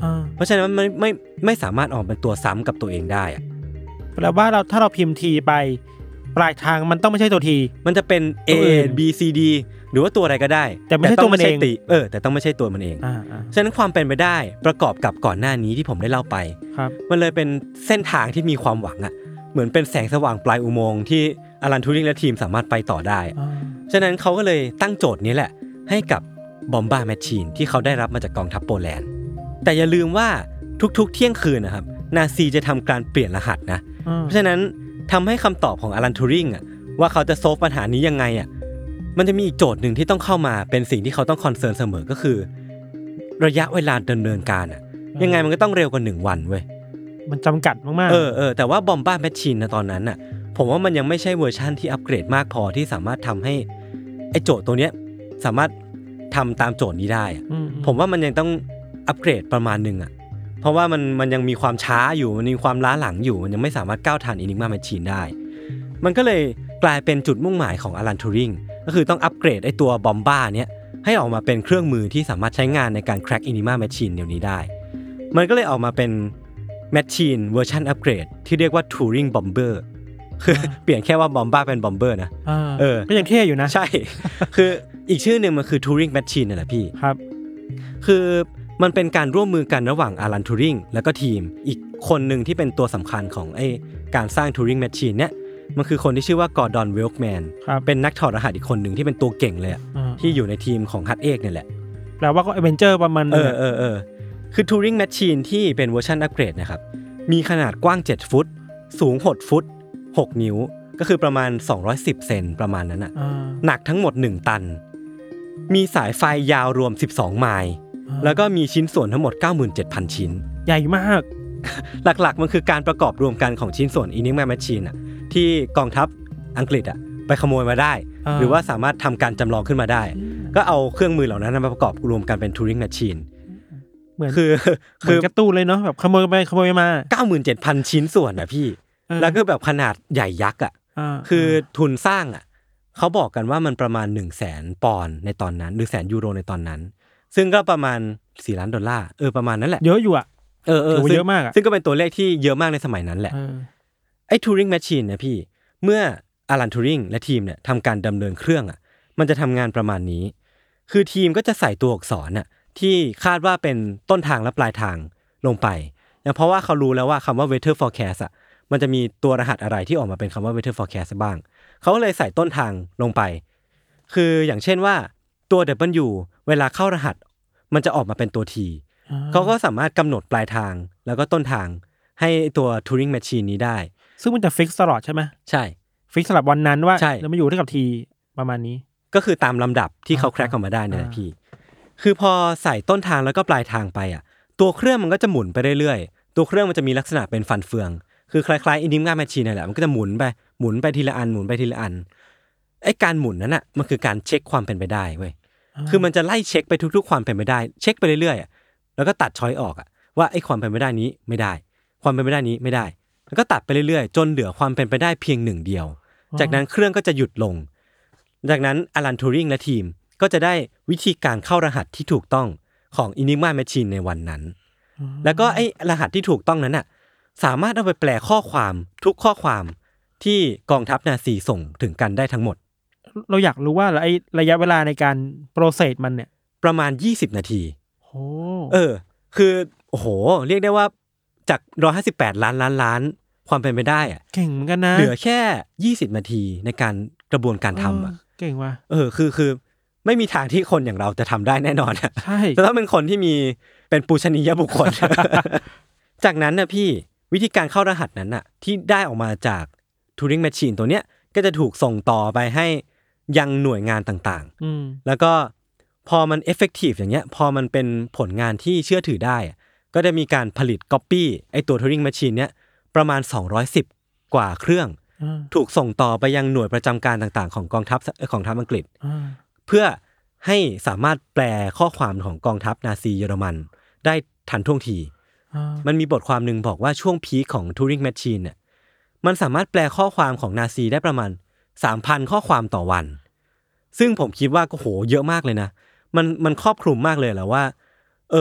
เพราะฉะนั้นมันไม่สามารถออกเป็นตัวซ้ำกับตัวเองได้อะแปลว่าถ้าเราพิมพ์ T ไปปลายทางมันต้องไม่ใช่ตัว T มันจะเป็น A B C D หรือว่าตัวอะไรก็ได้แต่ไม่ใช่ตัวมันเองแต่ต้องไม่ใช่ตัวมันเองฉะนั้นความเป็นไปได้ประกอบกับก่อนหน้านี้ที่ผมได้เล่าไปมันเลยเป็นเส้นทางที่มีความหวังอ่ะเหมือนเป็นแสงสว่างปลายอุโมงค์ที่อลัน ทูริงและทีมสามารถไปต่อได้ฉะนั้นเขาก็เลยตั้งโจทย์นี้แหละให้กับบอมบาร์แมชชีนที่เขาได้รับมาจากกองทัพโปแลนด์แต่อย่าลืมว่าทุกๆเที่ยงคืนนะครับนาซีจะทำการเปลี่ยนรหัสนะเพราะฉะนั้นทำให้คำตอบของอลัน ทูริงอ่ะว่าเขาจะโซฟปัญหานี้ยังไงอ่ะมันจะมีอีกโจทย์หนึ่งที่ต้องเข้ามาเป็นสิ่งที่เขาต้องคอนเซิร์นเสมอก็คือระยะเวลาดำเนินการอ่ะยังไงมันก็ต้องเร็วกว่า1วันเว้ยมันจำกัดมากๆแต่ว่าบอมบาร์แมชชีนนะตอนนั้นน่ะผมว่ามันยังไม่ใช่เวอร์ชั่นที่อัปเกรดมากพอที่สามารถทำให้ไอ้โจทย์ตัวเนี้ยสามารถทำตามโจทย์นี้ได้ผมว่ามันยังต้องอัปเกรดประมาณนึงอ่ะเพราะว่ามันยังมีความช้าอยู่มันมีความล้าหลังอยู่มันยังไม่สามารถก้าวทัน Enigma Machine ได้มันก็เลยกลายเป็นจุดมุ่งหมายของอลัน ทูริงก็คือต้องอัปเกรดไอ้ตัวบอมบ้าเนี้ยให้ออกมาเป็นเครื่องมือที่สามารถใช้งานในการ crack Enigma Machine เดี๋ยวนี้ได้มันก็เลยออกมาเป็นแมชชีนเวอร์ชันอัปเกรดที่เรียกว่า Turing Bomber คือเปลี่ยนแค่ว่าบอมบ้าเป็นบอมเบอร์นะก็ยังเท่อยู่นะใช่คืออีกชื่อนึงมันคือ Turing Machine นั่นแหละพี่ครับคือมันเป็นการร่วมมือกันระหว่างอลัน ทูริงแล้วก็ทีมอีกคนนึงที่เป็นตัวสำคัญของไอ้การสร้าง Turing Machine เนี่ยมันคือคนที่ชื่อว่ากอร์ดอน เวลค์แมนเป็นนักถอดรหัสอีกคนนึงที่เป็นตัวเก่งเลยที่อยู่ในทีมของฮัตเอกเนี่ยแหละแปลว่าก็ Avenger ประมาณคือ Turing Machine ที่เป็นเวอร์ชันอัปเกรดนะครับมีขนาดกว้าง7ฟุตสูง6ฟุต6นิ้วก็คือประมาณ210เซนประมาณนั้นน่ะหนักทั้งหมด1ตันมีสายไฟยาวรวม12ไมล์แล้วก็มีชิ้นส่วนทั้งหมด 97,000 ชิ้นใหญ่มากหลักๆมันคือการประกอบรวมกันของชิ้นส่วน Enigma Machine อ่ะที่กองทัพอังกฤษอ่ะไปขโมยมาได้หรือว่าสามารถทำการจำลองขึ้นมาได้ก็เอาเครื่องมือเหล่านั้นมาประกอบรวมกันเป็น Turing Machine เหมือนคือการ์ตูนเลยเนาะแบบขโมยไปขโมยมา 97,000 ชิ้นส่วนอ่ะพี่แล้วก็แบบขนาดใหญ่ยักษ์อ่ะคือทุนสร้างอ่ะเขาบอกกันว่ามันประมาณ 100,000 ปอนด์ในตอนนั้นหรือ100,000 ยูโรในตอนนั้นซึ่งก็ประมาณ$4 ล้านประมาณนั้นแหละเยอะอยู่อ่ะเยอะมากซึ่งก็เป็นตัวเลขที่เยอะมากในสมัยนั้นแหละไอ้ Turing Machine เนี่ยพี่เมื่ออลัน ทูริงและทีมเนี่ยทำการดำเนินเครื่องอ่ะมันจะทำงานประมาณนี้คือทีมก็จะใส่ตัวอักษรน่ะที่คาดว่าเป็นต้นทางและปลายทางลงไปเพราะว่าเขารู้แล้วว่าคำว่า weather forecast อ่ะมันจะมีตัวรหัสอะไรที่ออกมาเป็นคำว่า weather forecast บ้างเขาก็เลยใส่ต้นทางลงไปคืออย่างเช่นว่าตัว W เวลาเข้ารหัสมันจะออกมาเป็นตัว T เขาก็สามารถกำหนดปลายทางแล้วก็ต้นทางให้ตัว Turing Machine นี้ได้ซึ่งมันจะฟิกตลอดใช่ไหมใช่ฟิกสำหรับวันนั้นว่าแล้วมาอยู่เท่ากับ T ประมาณนี้ก็คือตามลำดับที่เขาแคร็กออกมาได้เนี่ยพี่คือพอใส่ต้นทางแล้วก็ปลายทางไปอ่ะตัวเครื่องมันก็จะหมุนไปเรื่อยๆตัวเครื่องมันจะมีลักษณะเป็นฟันเฟืองคือคล้ายๆ Enigma Machine นั่นแหละมันก็จะหมุนไปทีละอันหมุนไปทีละอันไอ้การหมุนนั้นน่ะมันคือการเช็คความเป็นไปได้เว้ยคือมันจะไล่เช็คไปทุกๆความเป็นไปได้เช็คไปเรื่อยๆแล้วก็ตัดช้อยออกอ่ะว่าไอ้ความเป็นไปได้นี้ไม่ได้ความเป็นไปได้นี้ไม่ได้แล้วก็ตัดไปเรื่อยๆจนเหลือความเป็นไปได้เพียงหนึ่งเดียวจากนั้นเครื่องก็จะหยุดลงจากนั้นอลัน ทูริงและทีมก็จะได้วิธีการเข้ารหัสที่ถูกต้องของ Enigma Machine ในวันนั้นแล้วก็ไอ้รหัสที่ถูกต้องนั้นน่ะสามารถเอาไปแปลข้อความทุกข้อความที่กองทัพนาซีส่งถึงกันได้ทั้งหมดเราอยากรู้ว่าไอ้ระยะเวลาในการโปรเซสมันเนี่ยประมาณ20นาทีโอ้คือโอ้โหเรียกได้ว่าจาก158ล้านความเป็นไปได้อ่ะเก่งเหมือนกันนะเหลือแค่20นาทีในการกระบวนการทำอ่ะเก่งว่ะคือไม่มีทางที่คนอย่างเราจะทำได้แน่นอนอ่ะใช่จะต้องเป็นคนที่มีเป็นปูชนียบุคคล จากนั้นนะพี่วิธีการเข้ารหัสนั้นน่ะที่ได้ออกมาจาก Turing Machine ตัวเนี้ยก็จะถูกส่งต่อไปให้ยังหน่วยงานต่างๆแล้วก็พอมัน effective อย่างเงี้ยพอมันเป็นผลงานที่เชื่อถือได้ก็จะมีการผลิต copy ไอ้ตัว Turing Machine เนี้ยประมาณ210กว่าเครื่องถูกส่งต่อไปยังหน่วยประจำการต่างๆของกองทัพอังกฤษเพื่อให้สามารถแปลข้อความของกองทัพนาซีเยอรมันได้ทันท่วงทีมันมีบทความนึงบอกว่าช่วงพีคของ Turing Machine เนี่ยมันสามารถแปลข้อความของนาซีได้ประมาณ 3,000 ข้อความต่อวันซึ่งผมคิดว่าก็โหเยอะมากเลยนะมันครอบคลุมมากเลยแหละว่า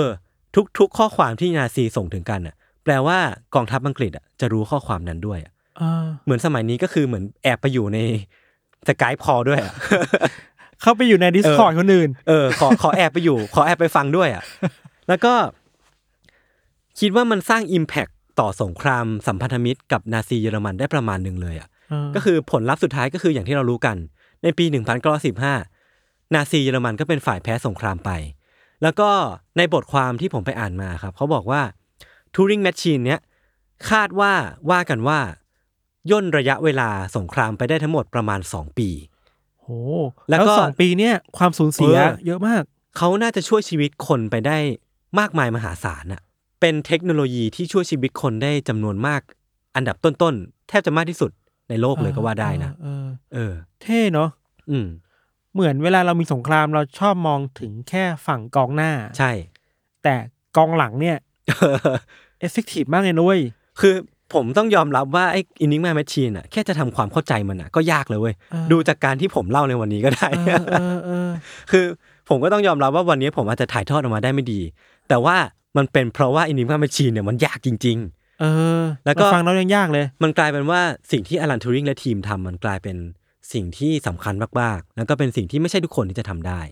ทุกข้อความที่นาซีส่งถึงกันอ่ะแปลว่ากองทัพอังกฤษอ่ะจะรู้ข้อความนั้นด้วยอ่ะเหมือนสมัยนี้ก็คือเหมือนแอบไปอยู่ในสกายพอลด้วยอ่ะเข้าไปอยู่ใน Discord คนอื่นขอแอบไปอยู่ขอแอบไปฟังด้วยอ่ะ แล้วก็คิดว่ามันสร้าง impact ต่อสงครามสัมพันธมิตรกับนาซีเยอรมันได้ประมาณนึงเลยอ่ะก็คือผลลัพธ์สุดท้ายก็คืออย่างที่เรารู้กันในปี1915นาซีเยอรมันก็เป็นฝ่ายแพ้สงครามไปแล้วก็ในบทความที่ผมไปอ่านมาครับเขาบอกว่า Turing Machine เนี้ยคาดว่ากันว่าย่นระยะเวลาสงครามไปได้ทั้งหมดประมาณ2ปีโหแล้วก็2ปีเนี้ยความสูญเสียเยอะมากเขาน่าจะช่วยชีวิตคนไปได้มากมายมหาศาลน่ะเป็นเทคโนโลยีที่ช่วยชีวิตคนได้จำนวนมากอันดับต้นๆแทบจะมากที่สุดในโลกเลยก็ว่าได้นะเท่เนาะเหมือนเวลาเรามีสงครามเราชอบมองถึงแค่ฝั่งกองหน้าใช่แต่กองหลังเนี่ยเอฟเฟกตีฟมากเลยนุ้ยคือผมต้องยอมรับว่าไอ้ Enigma Machine อ่ะแค่จะทำความเข้าใจมันอ่ะก็ยากเลยเว้ยดูจากการที่ผมเล่าในวันนี้ก็ได้คือผมก็ต้องยอมรับว่าวันนี้ผมอาจจะถ่ายทอดออกมาได้ไม่ดีแต่ว่ามันเป็นเพราะว่า Enigma Machine เนี่ยมันยากจริงๆแล้วก็ฟังแล้วยังยากเลยมันกลายเป็นว่าสิ่งที่อลัน ทูริงและทีมทำมันกลายเป็นสิ่งที่สำคัญมากๆแล้วก็เป็นสิ่งที่ไม่ใช่ทุกคนที่จะทำได้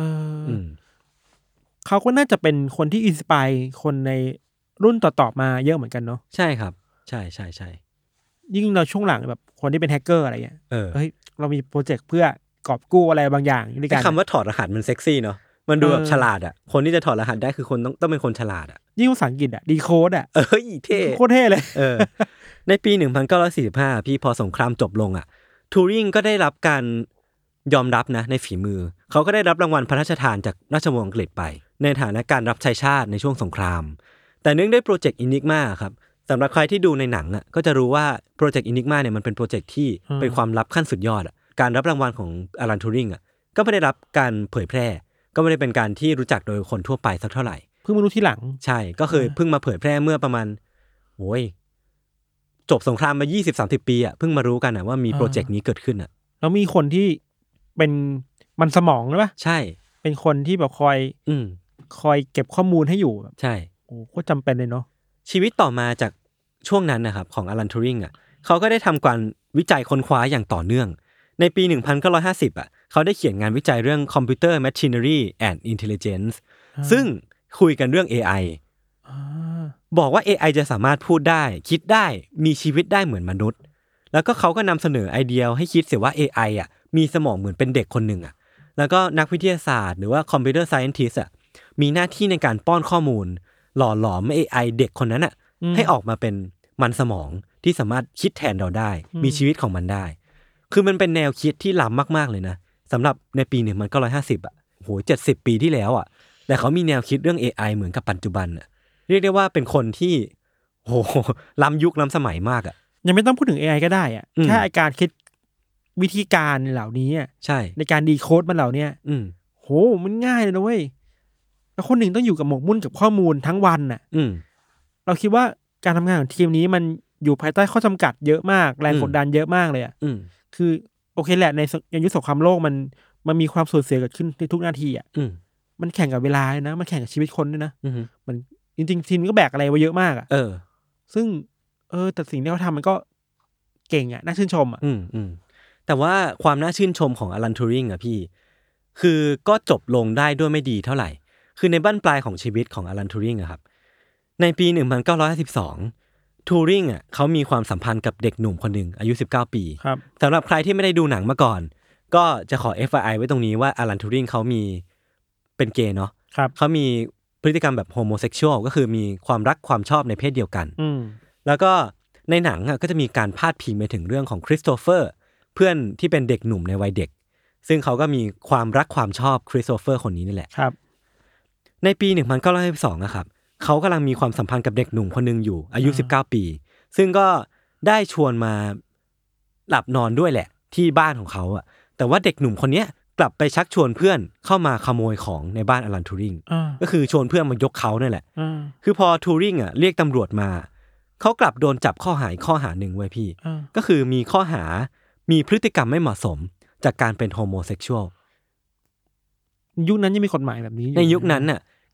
เขาก็น่าจะเป็นคนที่อินสไปร์คนในรุ่นต่อๆมาเยอะเหมือนกันเนาะใช่ครับใช่ยิ่งเราช่วงหลังแบบคนที่เป็นแฮกเกอร์อะไรเงี้ยเฮ้ยเรามีโปรเจกต์เพื่อกอบกู้อะไรบางอย่างในการคำว่าถอดรหัสมันเซ็กซี่เนาะมันดูแบบฉลาดอ่ะคนที่จะถอดรหัสได้คือคนต้องเป็นคนฉลาดอ่ะยิ่งภาษาอังกฤษอ่ะดีโคดอ่ะเท่โคตรเท่เลยในปี1945พี่พอสงครามจบลงอ่ะทูริงก็ได้รับการยอมรับนะในฝีมือเขาก็ได้รับรางวัลพระราชทานจากราชวงศ์อังกฤษไปในฐานะการรับใช้ชาติในช่วงสงครามแต่เนื่องด้วยโปรเจกต์ Enigma ครับสำหรับใครที่ดูในหนังอ่ะก็จะรู้ว่าโปรเจกต์ Enigma เนี่ยมันเป็นโปรเจกต์ที่เป็นความลับขั้นสุดยอดอ่ะการรับรางวัลของอลัน ทูริงอ่ะก็ไม่ได้รับการเผยแพร่ก็ไม่ได้เป็นการที่รู้จักโดยคนทั่วไปสักเท่าไหร่เพิ่งมารู้ที่หลังใช่ก็คือเพิ่งมาเผยแพร่เมื่อประมาณโอ้ยจบสงครามมา 20-30 ปีอ่ะเพิ่งมารู้กันอ่ะว่ามีโปรเจกต์นี้เกิดขึ้นอ่ะแล้วมีคนที่เป็นมันสมองใช่ป่ะใช่เป็นคนที่แบบคอยเก็บข้อมูลให้อยู่ใช่โอ้ก็จำเป็นเลยเนาะชีวิตต่อมาจากช่วงนั้นนะครับของอลัน ทูริงอ่ะเขาก็ได้ทำการวิจัยค้นคว้าอย่างต่อเนื่องในปี1950อ่ะเขาได้เขียนงานวิจัยเรื่อง Computer Machinery and Intelligence ซึ่งคุยกันเรื่อง AI บอกว่า AI จะสามารถพูดได้คิดได้มีชีวิตได้เหมือนมนุษย์แล้วก็เขาก็นำเสนอไอเดียให้คิดเสียว่า AI อ่ะมีสมองเหมือนเป็นเด็กคนหนึ่งอ่ะแล้วก็นักวิทยาศาสตร์หรือว่า Computer Scientist อ่ะมีหน้าที่ในการป้อนข้อมูลหล่อหลอม AI เด็กคนนั้นอ่ะให้ออกมาเป็นมันสมองที่สามารถคิดแทนเราได้มีชีวิตของมันได้คือมันเป็นแนวคิดที่ล้ำมากๆเลยนะสำหรับในปี1950อ่ะโห70 ปีที่แล้วอ่ะแต่เขามีแนวคิดเรื่อง AI เหมือนกับปัจจุบันอ่ะเรียกได้ว่าเป็นคนที่โหล้ำยุคล้ำสมัยมากอ่ะยังไม่ต้องพูดถึง AI ก็ได้อ่ะแค่การคิดวิธีการเหล่านี้ใช่ในการดีโคดมันเหล่านี้โหมันง่ายเลยนะเว้ยแล้วคนหนึ่งต้องอยู่กับหมกมุ่นกับข้อมูลทั้งวันน่ะเราคิดว่าการทำงานของทีมนี้มันอยู่ภายใต้ข้อจำกัดเยอะมากแรงกดดันเยอะมากเลยอ่ะคือโอเคแหละในยุคสงครามโลกมันมีความสูญเสียเกิดขึ้นในทุกนาทีอ่ะมันแข่งกับเวลานะมันแข่งกับชีวิตคนด้วยนะมันจริงๆทีมก็แบกอะไรไว้เยอะมากอ่ะซึ่งแต่สิ่งที่เขาทำมันก็เก่งอ่ะน่าชื่นชมอ่ะแต่ว่าความน่าชื่นชมของอลัน ทูริงอ่ะพี่คือก็จบลงได้ด้วยไม่ดีเท่าไหร่คือในบั้นปลายของชีวิตของอลัน ทูริงอ่ะครับในปี1952ทูริงอ่ะเขามีความสัมพันธ์กับเด็กหนุ่มคนหนึ่งอายุ19 ปีสำหรับใครที่ไม่ได้ดูหนังมาก่อนก็จะขอ FYI ไว้ตรงนี้ว่าอลัน ทูริงเขามีเป็นเกย์เนาะเขามีพฤติกรรมแบบโฮโมเซ็กชวลก็คือมีความรักความชอบในเพศเดียวกันแล้วก็ในหนังอ่ะก็จะมีการพาดพิงไปถึงเรื่องของคริสโตเฟอร์เพื่อนที่เป็นเด็กหนุ่มในวัยเด็กซึ่งเขาก็มีความรักความชอบคริสโตเฟอร์คนนี้นี่แหละในปี1952นะครับเขากำลังมีความสัมพันธ์กับเด็กหนุ่มคนนึงอยู่อายุ19 ปีซึ่งก็ได้ชวนมาหลับนอนด้วยแหละที่บ้านของเขาอ่ะแต่ว่าเด็กหนุ่มคนนี้กลับไปชักชวนเพื่อนเข้ามาขโมยของในบ้านอลัน ทูริงก็คือชวนเพื่อนมายกเขานั่นแหละคือพอทูริงอ่ะเรียกตำรวจมาเขากลับโดนจับข้อหาหนึ่งไว้พี่ก็คือมีข้อหามีพฤติกรรมไม่เหมาะสมจากการเป็นโฮโมเซ็กชวลยุคนั้นยังมีกฎหมายแบบนี้ในยุคนั้นน่ะ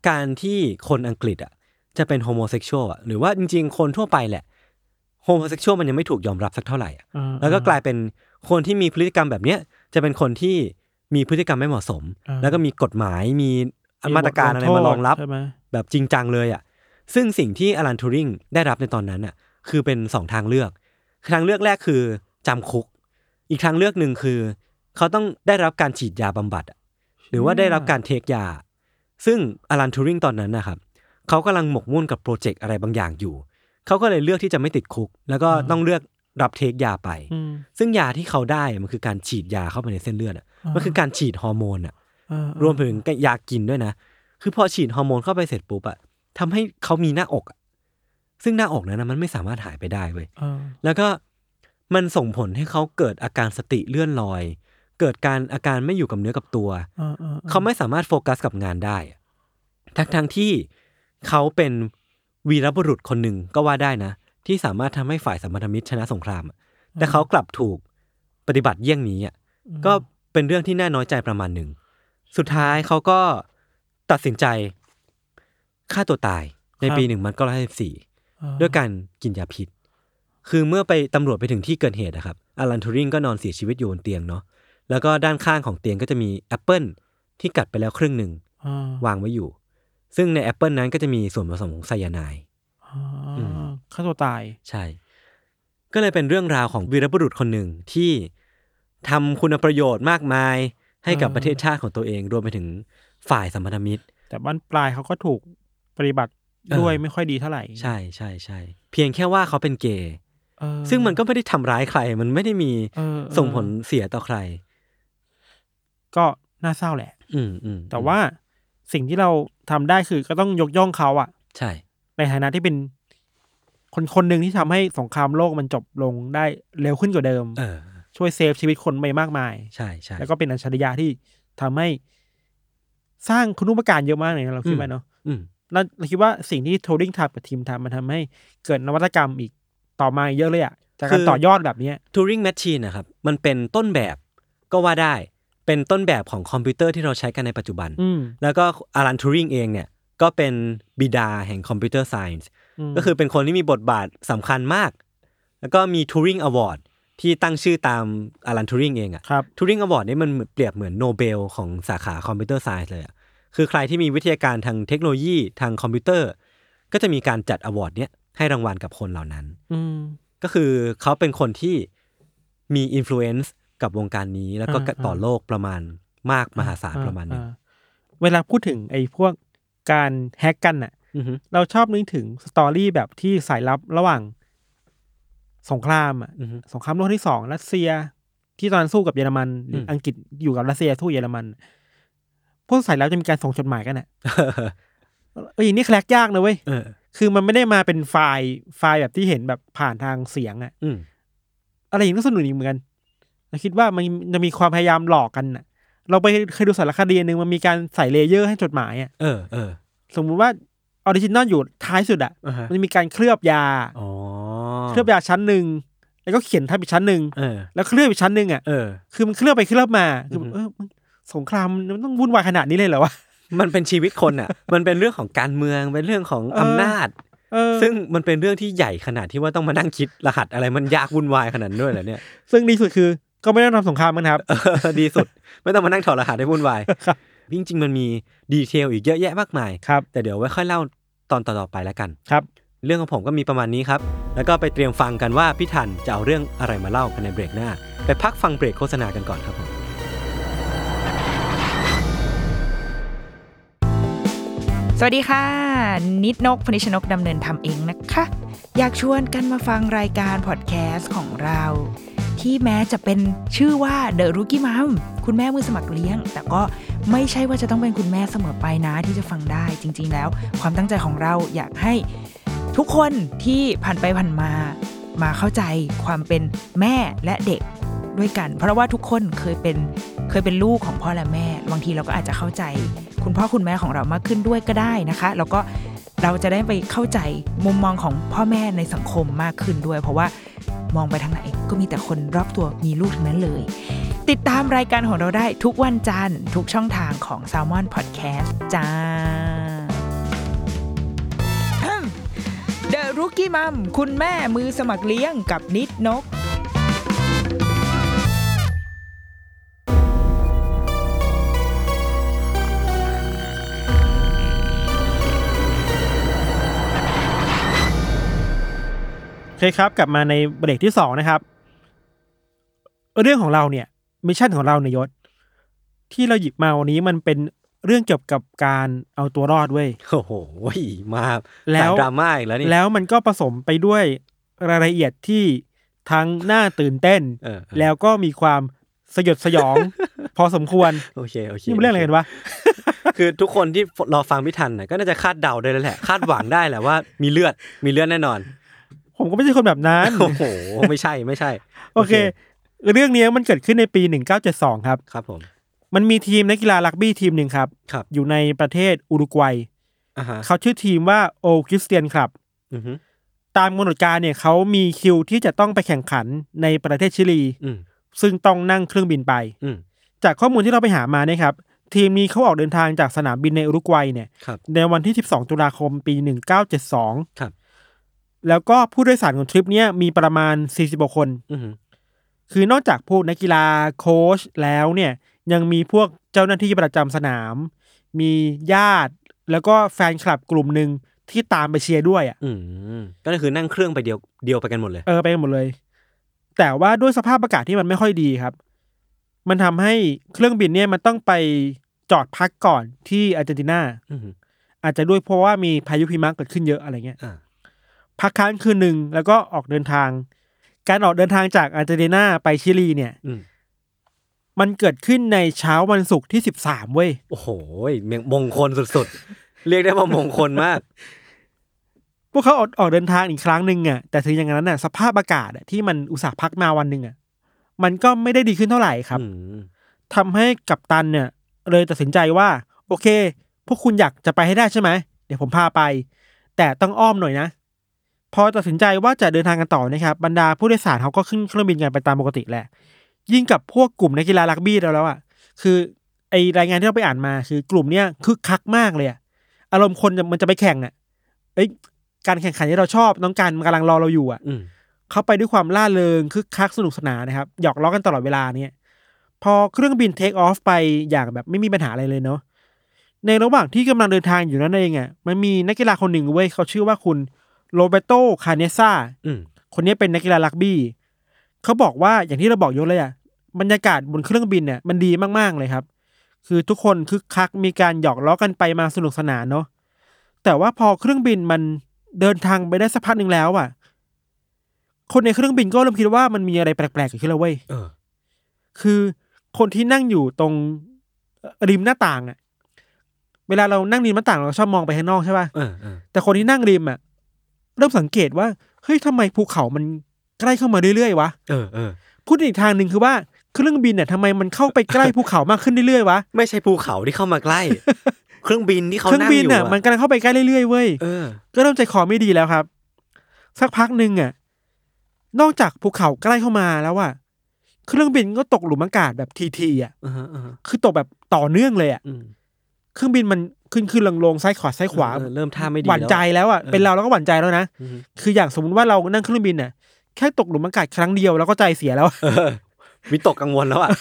การที่คนอังกฤษอ่ะจะเป็นโฮโมเซ็กชวลอ่ะหรือว่าจริงๆคนทั่วไปแหละโฮโมเซ็กชวลมันยังไม่ถูกยอมรับสักเท่าไหร่อ่ะแล้วก็กลายเป็นคนที่มีพฤติกรรมแบบเนี้ยจะเป็นคนที่มีพฤติกรรมไม่เหมาะสมแล้วก็มีกฎหมายมีมาตรการอะไรมารองรับแบบจริงจังเลยอ่ะซึ่งสิ่งที่อลัน ทูริงได้รับในตอนนั้นอ่ะคือเป็น2ทางเลือกทางเลือกแรกคือจำคุกอีกทางเลือกนึงคือเขาต้องได้รับการฉีดยาบำบัดหรือว่าได้รับการเทคยาซึ่งอลัน ทูริงตอนนั้นนะครับเขากำลังหมกมุ่นกับโปรเจกต์อะไรบางอย่างอยู่เขาก็เลยเลือกที่จะไม่ติดคุกแล้วก็ต้องเลือกรับเทคยาไปซึ่งยาที่เขาได้มันคือการฉีดยาเข้าไปในเส้นเลือดมันคือการฉีดฮอร์โมนรวมถึงยากินด้วยนะคือพอฉีดฮอร์โมนเข้าไปเสร็จปุ๊บทำให้เขามีหน้าอกซึ่งหน้าอกนั้นมันไม่สามารถหายไปได้เว้ยแล้วก็มันส่งผลให้เขาเกิดอาการสติเลื่อนลอยเกิดอาการไม่อยู่กับเนื้อกับตัวเขาไม่สามารถโฟกัสกับงานได้ทั้งที่เขาเป็นวีรบุรุษคนหนึ่งก็ว่าได้นะที่สามารถทำให้ฝ่ายสัมพันธมิตรชนะสงครามแต่เขากลับถูกปฏิบัติเยี่ยงนี้ก็เป็นเรื่องที่น่าน้อยใจประมาณหนึ่งสุดท้ายเขาก็ตัดสินใจฆ่าตัวตายในปี1954ด้วยการกินยาพิษคือเมื่อตำรวจไปถึงที่เกิดเหตุนะครับอลัน ทูริงก็นอนเสียชีวิตอยู่บนเตียงเนาะแล้วก็ด้านข้างของเตียงก็จะมีแอปเปิลที่กัดไปแล้วครึ่งนึงวางไว้อยู่ซึ่งในแอปเปิลนั้นก็จะมีส่วนผสมของไซยาไนด์ฆ่าตัวตายใช่ก็เลยเป็นเรื่องราวของวีรบุรุษคนหนึ่งที่ทำคุณประโยชน์มากมายให้กับประเทศชาติของตัวเองรวมไปถึงฝ่ายสัมพันธมิตรแต่บ้านปลายเขาก็ถูกปฏิบัติด้วยไม่ค่อยดีเท่าไหร่ใช่ใช่ใช่เพียงแค่ว่าเขาเป็นเกย์ซึ่งมันก็ไม่ได้ทำร้ายใครมันไม่ได้มีส่งผลเสียต่อใครก็น่าเศร้าแหละแต่ว่าสิ่งที่เราทำได้คือก็ต้องยกย่องเขาใช่ในฐานะที่เป็นคนหนึ่งที่ทำให้สงครามโลกมันจบลงได้เร็วขึ้นกว่าเดิมช่วยเซฟชีวิตคนไปมากมายใช่ใช่แล้วก็เป็นอัจฉริยะที่ทำให้สร้างคุณูปการเยอะมากเลยเราคิดว่าเนาะเราคิดว่าสิ่งที่ทูริงทำกับทีมทำมันทำให้เกิดนวัตกรรมอีกต่อมาเยอะเลยจากการต่อยอดแบบนี้ทูริงแมชชีนนะครับมันเป็นต้นแบบก็ว่าได้เป็นต้นแบบของคอมพิวเตอร์ที่เราใช้กันในปัจจุบันแล้วก็อลัน ทูริงเองเนี่ยก็เป็นบิดาแห่งคอมพิวเตอร์ไซน์ก็คือเป็นคนที่มีบทบาทสำคัญมากแล้วก็มีทูริงอวอร์ดที่ตั้งชื่อตามอลัน ทูริงเองทูริงอวอร์ดนี่มันเปรียบเหมือนโนเบลของสาขาคอมพิวเตอร์ไซน์เลยคือใครที่มีวิทยาการทางเทคโนโลยีทางคอมพิวเตอร์ก็จะมีการจัดอวอร์ดเนี้ยให้รางวัลกับคนเหล่านั้นก็คือเขาเป็นคนที่มีอิมโฟเรนซ์กับวงการนี้แล้วก็ต่อโลกประมาณมากมหาศาลประมาณนึงเวลาพูดถึงไอ้พวกการแฮกกันเราชอบนึกถึงสตอรี่แบบที่สายลับระหว่างสงครามสงครามโลกที่2รัสเซียที่ตอนนั้นสู้กับเยอรมันหรืออังกฤษอยู่กับรัสเซียสู้เยอรมันพวกสายลับจะมีการส่งจดหมายกันนี่แคลกยากนะเว้ยคือมันไม่ได้มาเป็นไฟล์แบบที่เห็นแบบผ่านทางเสียงอะไรอย่างนี้ก็สนุกอีกเหมือนกันเราคิดว่ามันจะมีความพยายามหลอกกันเราไปเคยดูสารคดีนึงมันมีการใส่เลเยอร์ให้จดหมายสมมุติว่าออริจินอลอยู่ท้ายสุดมันมีการเคลือบยาเคลือบยาชั้นหนึ่งแล้วก็เขียนทับอีกชั้นหนึ่งแล้วเคลือบอีกชั้นหนึ่งคือมันเคลือบไปเคลือบมาคือสงครามมันต้องวุ่นวายขนาดนี้เลยเหรอวะมันเป็นชีวิตคนมันเป็นเรื่องของการเมืองเป็นเรื่องของอำนาจซึ่งมันเป็นเรื่องที่ใหญ่ขนาดที่ว่าต้องมานั่งคิดรหัสอะไรมันยากวุ่นวายขนาดนั้นด้วยเหรอเนี่ยซึ่งดีสุดคือก็ไม่ต้องทำสงครามมันครับดีสุดไม่ต้องมานั่งถอดรหัสให้วุ่นวายจริงๆมันมีดีเทลอีกเยอะแยะมากมายแต่เดี๋ยวไว้ค่อยเล่าตอนต่อๆไปแล้วกันครับเรื่องของผมก็มีประมาณนี้ครับแล้วก็ไปเตรียมฟังกันว่าพี่ทันจะเอาเรื่องอะไรมาเล่ากันในเบรกหน้าไปพักฟังเบรกโฆษณากันก่อนครับผมสวัสดีค่ะนิดนกพนิชนกดำเนินทำเองนะคะอยากชวนกันมาฟังรายการพอดแคสต์ของเราที่แม้จะเป็นชื่อว่า The Rookie Mom คุณแม่มือสมัครเลี้ยงแต่ก็ไม่ใช่ว่าจะต้องเป็นคุณแม่เสมอไปนะที่จะฟังได้จริงๆแล้วความตั้งใจของเราอยากให้ทุกคนที่ผ่านไปผ่านมาเข้าใจความเป็นแม่และเด็กด้วยกันเพราะว่าทุกคนเคยเป็นลูกของพ่อและแม่บางทีเราก็อาจจะเข้าใจคุณพ่อคุณแม่ของเรามากขึ้นด้วยก็ได้นะคะแล้วก็เราจะได้ไปเข้าใจมุมมองของพ่อแม่ในสังคมมากขึ้นด้วยเพราะว่ามองไปทางไหนก็มีแต่คนรอบตัวมีลูกทั้งนั้นเลยติดตามรายการของเราได้ทุกวันจันทร์ทุกช่องทางของ Salmon Podcast จ้ารุกี้มัมคุณแม่มือสมัครเลี้ยงกับนิดนกโอเคครับกลับมาในเบรกที่2นะครับเรื่องของเราเนี่ยมิชชั่นของเราในยศที่เราหยิบมาวันนี้มันเป็นเรื่องเกี่ยวกับการเอาตัวรอดเว้ยโอ้โหมาแล้วดราม่าอีกแล้วนี่แล้วมันก็ผสมไปด้วยรายละเอียดที่ทั้งน่าตื่นเต้นแล้วก็มีความสยดสยอง พอสมควรโอเคนี่เป็นเรื่องอะไรกันวะคือทุกคนที่รอฟังไม่ทันน่ะก็น่าจะคาดเดาได้แล้วแหละคาดหวังได้แหละว่ามีเลือดแน่นอนผมก็ไม่ใช่คนแบบนั้นโอ้โหไม่ใช่โอเคเรื่องนี้มันเกิดขึ้นในปี1972ครับครับผมมันมีทีมนักกีฬารักบี้ทีมหนึ่งครับอยู่ในประเทศอุรุกวัยเขาชื่อทีมว่าโอคริสเตียนครับตามกำหนดการเนี่ยเขามีคิวที่จะต้องไปแข่งขันในประเทศชิลีซึ่งต้องนั่งเครื่องบินไปจากข้อมูลที่เราไปหามาเนี่ยครับทีมนี้เขาออกเดินทางจากสนามบินในอุรุกวัยเนี่ยในวันที่12ตุลาคมปี1972ครับแล้วก็ผู้โดยสารของทริปนี้มีประมาณ40คนคือนอกจากพวกนักกีฬาโค้ชแล้วเนี่ยยังมีพวกเจ้าหน้าที่ประจำสนามมีญาติแล้วก็แฟนคลับกลุ่มนึงที่ตามไปเชียร์ด้วยก็คือนั่งเครื่องไปเดียวไปกันหมดเลยไปกันหมดเลยแต่ว่าด้วยสภาพอากาศที่มันไม่ค่อยดีครับมันทำให้เครื่องบินเนี่ยมันต้องไปจอดพักก่อนที่อาร์เจนตินาอาจจะด้วยเพราะว่ามีพายุหิมะเกิดขึ้นเยอะอะไรเงี้ยพักค้างคืนนึงแล้วก็ออกเดินทางการออกเดินทางจากอาร์เจนตินาไปชิลีเนี่ยมันเกิดขึ้นในเช้าวันศุกร์ที่13เว้ยโอ้โหมงคลสุดๆ เรียกได้ว่ามงคลมากพวกเขาออกเดินทางอีกครั้งนึงอ่ะแต่ถึงอย่างนั้นน่ะสภาพอากาศที่มันอุตส่าห์พักมาวันนึงอ่ะมันก็ไม่ได้ดีขึ้นเท่าไหร่ครับทำให้กัปตันเนี่ยเลยตัดสินใจว่าโอเคพวกคุณอยากจะไปให้ได้ใช่ไหมเดี๋ยวผมพาไปแต่ต้องอ้อมหน่อยนะพอตัดสินใจว่าจะเดินทางกันต่อนะครับบรรดาผู้โดยสารเขาก็ขึ้นเครื่องบินกันไปตามปกติแหละยิ่งกับพวกกลุ่มนักกีฬารักบี้แล้วอ่ะคือไอรายงานที่เราไปอ่านมาคือกลุ่มเนี้ยคึกคักมากเลยอ่ะอารมณ์คนมันจะไปแข่งอ่ะการแข่งขันที่เราชอบน้องการกำลังรอเราอยู่อ่ะเขาไปด้วยความล่าเริงคึกคักสนุกสนานนะครับหยอกล้อกันตลอดเวลาเนี่ยพอเครื่องบินเทคออฟไปอย่างแบบไม่มีปัญหาอะไรเลยเนาะในระหว่างที่กำลังเดินทางอยู่นั่นเองอ่ะมันมีนักกีฬาคนหนึ่งเว้ยเขาชื่อว่าคุณโรเบโตคาเนซ่าคนนี้เป็นนักกีฬารักบี้เขาบอกว่าอย่างที่เราบอกยกเลยอ่ะบรรยากาศบนเครื่องบินเนี่ยมันดีมากๆเลยครับคือทุกคนคึกคักมีการหยอกล้อกันไปมาสนุกสนานเนาะแต่ว่าพอเครื่องบินมันเดินทางไปได้สักพักนึงแล้วอ่ะคนในเครื่องบินก็เริ่มคิดว่ามันมีอะไรแปลกๆเกิดขึ้นแล้วเว้ยคือคนที่นั่งอยู่ตรงริมหน้าต่างอ่ะเวลาเรานั่งริมหน้าต่างเราชอบมองไปข้างนอกใช่ป่ะแต่คนที่นั่งริมอ่ะเริ่มสังเกตว่าเฮ้ยทำไมภูเขามันใกล้เข้ามาเรื่อยๆวะพูดอีกทางหนึ่งคือว่าเครื่องบินเนี่ยทำไมมันเข้าไปใกล้ภูเขามากขึ้นเรื่อยๆวะไม่ใช่ภูเขาที่เข้ามาใกล้ เครื่องบินที่เขานั่งอยู่เครื่องบินอ่ะมันกำลังเข้าไปใกล้เรื่อยๆเว้ยก็เริ่มใจคอไม่ดีแล้วครับสักพักนึงอ่ะนอกจากภูเขาใกล้เข้ามาแล้วอ่ะเครื่องบินก็ตกหลุมอากาศแบบทีๆอ่ะคือตกแบบต่อเนื่องเลยอ่ะเครื่องบินมันขึ้นลงซ้ายขวาเริ่มท่าไม่ดีหวั่นใจแล้วอ่ะเป็นเราก็หวั่นใจแล้วนะคืออย่างสมมติว่าเรานั่งเครื่องบินน่ะแค่ตกหลุมอากาศครั้งเดียวแล้วก็ใจเสียแล้ววิตกกังวลแล้วอ่ะ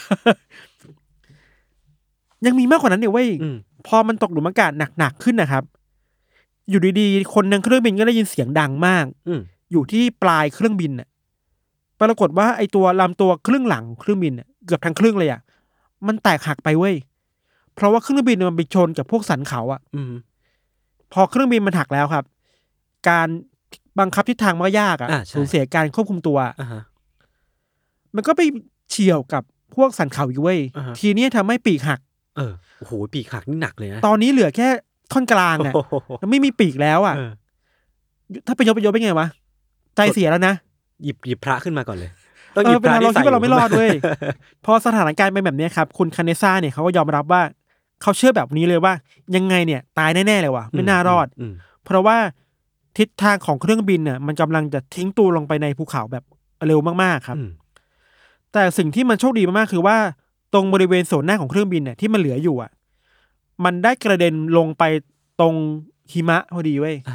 ยังมีมากกว่านั้นเนี่ยเว้ยพอมันตกหลุมอากาศหนักขึ้นนะครับอยู่ดีๆคนนั่งเครื่องบินก็ได้ยินเสียงดังมากอยู่ที่ปลายเครื่องบินน่ะปรากฏว่าไอตัวลำตัวครึ่งหลังเครื่องบินเกือบทั้งครึ่งเลยอ่ะมันแตกหักไปเว้ยเพราะว่าเครื่องบินมันไปชนกับพวกสันเขาอ่ะพอเครื่องบินมันหักแล้วครับการบังคับทิศทางมันก็ยากอ่ะสูญเสียการควบคุมตัวมันก็ไปเฉี่ยวกับพวกสันเขาอีกเว้ยทีนี้ทำให้ปีกหักโอ้โหปีกหักนี่หนักเลยนะตอนนี้เหลือแค่ท่อนกลางอ่ะไม่มีปีกแล้วอ่ะถ้าไปยกเป็นไงวะใจเสียแล้วนะหยิบพระขึ้นมาก่อนเลยต้องหยิบพระที่ใส่เราไม่รอดเว้ยพอสถานการณ์เป็นแบบนี้ครับคุณคาเนซ่าเนี่ยเขาก็ยอมรับว่าเขาเชื่อแบบนี้เลยว่ายังไงเนี่ยตายแน่ๆเลยว่ะไม่น่ารอดเพราะว่าทิศทางของเครื่องบินเนี่ยมันกำลังจะทิ้งตัวลงไปในภูเขาแบบเร็วมากๆครับแต่สิ่งที่มันโชคดีมากๆคือว่าตรงบริเวณโซนหน้าของเครื่องบินเนี่ยที่มันเหลืออยู่อ่ะมันได้กระเด็นลงไปตรงหิมะพอดีเว้ย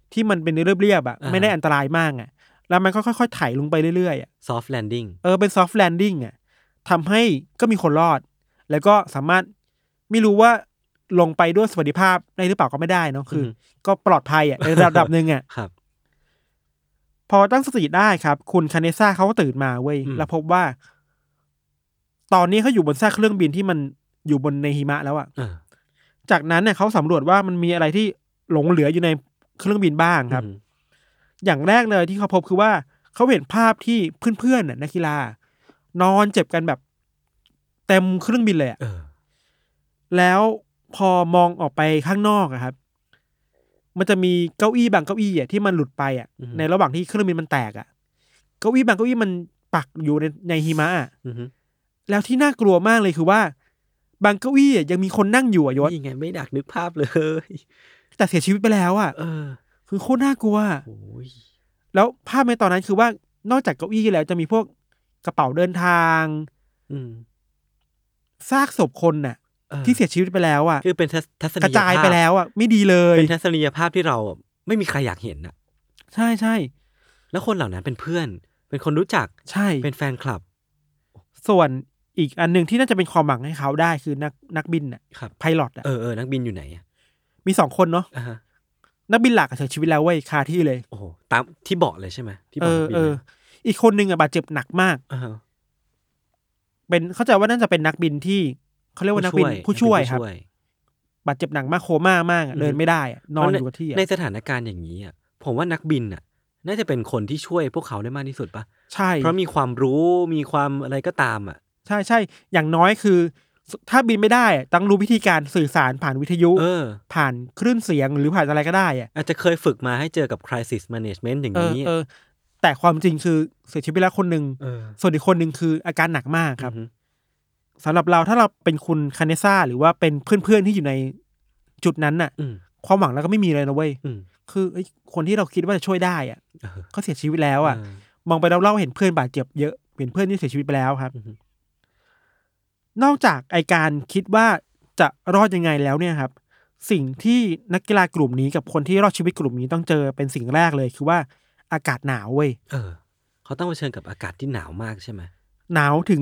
ที่มันเป็นเรียบๆอ่ะไม่ได้อันตรายมากอ่ะแล้วมันก็ค่อยๆไถลงไปเรื่อยๆอ่ะ soft landing เป็น soft landing อ่ะทำให้ก็มีคนรอดแล้วก็สามารถไม่รู้ว่าลงไปด้วยสวัสดิภาพได้หรือเปล่าก็ไม่ได้เนาะคือก็ปลอดภัยอ่ะในระดับนึงอ่ะครับพอตั้งสติได้ครับคุณคาเนซ่าเขาก็ตื่นมาเว้ยแล้วพบว่าตอนนี้เขาอยู่บนซากเครื่องบินที่มันอยู่บนในหิมะแล้วอ่ะจากนั้นเนี่ยเขาสำรวจว่ามันมีอะไรที่หลงเหลืออยู่ในเครื่องบินบ้างครับอย่างแรกเลยที่เขาพบคือว่าเขาเห็นภาพที่เพื่อนๆนักกีฬานอนเจ็บกันแบบเต็มเครื่องบินเลยอ่ะแล้วพอมองออกไปข้างนอกอะครับมันจะมีเก้าอี้บางเก้าอี้อ่ะที่มันหลุดไปอ่ะในระหว่างที่เครื่องบินมันแตกอ่ะเก้าอี้บางเก้าอี้มันปักอยู่ในหิมะอ่ะแล้วที่น่ากลัวมากเลยคือว่าบางเก้าอี้ยังมีคนนั่งอยู่อ่ะยศนี่ไงไม่ดักนึกภาพเลยแต่เสียชีวิตไปแล้วอ่ะคือโคตรน่ากลัวแล้วภาพในตอนนั้นคือว่านอกจากเก้าอี้แล้วจะมีพวกกระเป๋าเดินทางซากศพคนน่ะที่เสียชีวิตไปแล้วอ่ะคือเป็นทัศนียภาพกระจายไปแล้วอ่ะไม่ดีเลยเป็นทัศนียภาพที่เราไม่มีใครอยากเห็นอ่ะใช่ใช่แล้วคนเหล่านั้นเป็นเพื่อนเป็นคนรู้จักใช่เป็นแฟนคลับส่วนอีกอันนึงที่น่าจะเป็นความหวังให้เขาได้คือนักบินอ่ะไพลอตอ่ะนักบินอยู่ไหนอ่ะมี2คนเนาะนักบินหลักเสียชีวิตแล้วเว้ยคาที่เลยโอ้โหตามที่บอกเลยใช่ไหมที่บอกอีกคนนึงอ่ะบาดเจ็บหนักมากเป็นเข้าใจว่าน่าจะเป็นนักบินที่เขาเรียกว่านักบินผู้ช่วยครับบาดเจ็บหนักมากโคม่ามากเดินไม่ได้นอนอยู่กับที่ในสถานการณ์อย่างนี้อ่ะผมว่านักบินอ่ะน่าจะเป็นคนที่ช่วยพวกเขาได้มากที่สุดป่ะใช่เพราะมีความรู้มีความอะไรก็ตามอ่ะใช่ใช่อย่างน้อยคือถ้าบินไม่ได้ต้องรู้วิธีการสื่อสารผ่านวิทยุผ่านคลื่นเสียงหรือผ่านอะไรก็ได้อาจจะเคยฝึกมาให้เจอกับ crisis management อย่างนี้แต่ความจริงคือเสียชีวิตไปแล้วคนหนึ่งส่วนอีกคนหนึ่งคืออาการหนักมากครับสำหรับเราถ้าเราเป็นคุณคาเนซ่าหรือว่าเป็นเพื่อนๆที่อยู่ในจุดนั้นน่ะความหวังเราก็ไม่มีเลยนะเว้ยคือคนที่เราคิดว่าจะช่วยได้อ่ะเขาเสียชีวิตแล้วอ่ะมองไปเราเห็นเพื่อนบาดเจ็บเยอะเห็นเพื่อนที่เสียชีวิตไปแล้วครับนอกจากไอการคิดว่าจะรอดยังไงแล้วเนี่ยครับสิ่งที่นักกีฬากลุ่มนี้กับคนที่รอดชีวิตกลุ่มนี้ต้องเจอเป็นสิ่งแรกเลยคือว่าอากาศหนาวเว้ยเขาต้องเผชิญกับอากาศที่หนาวมากใช่ไหมหนาวถึง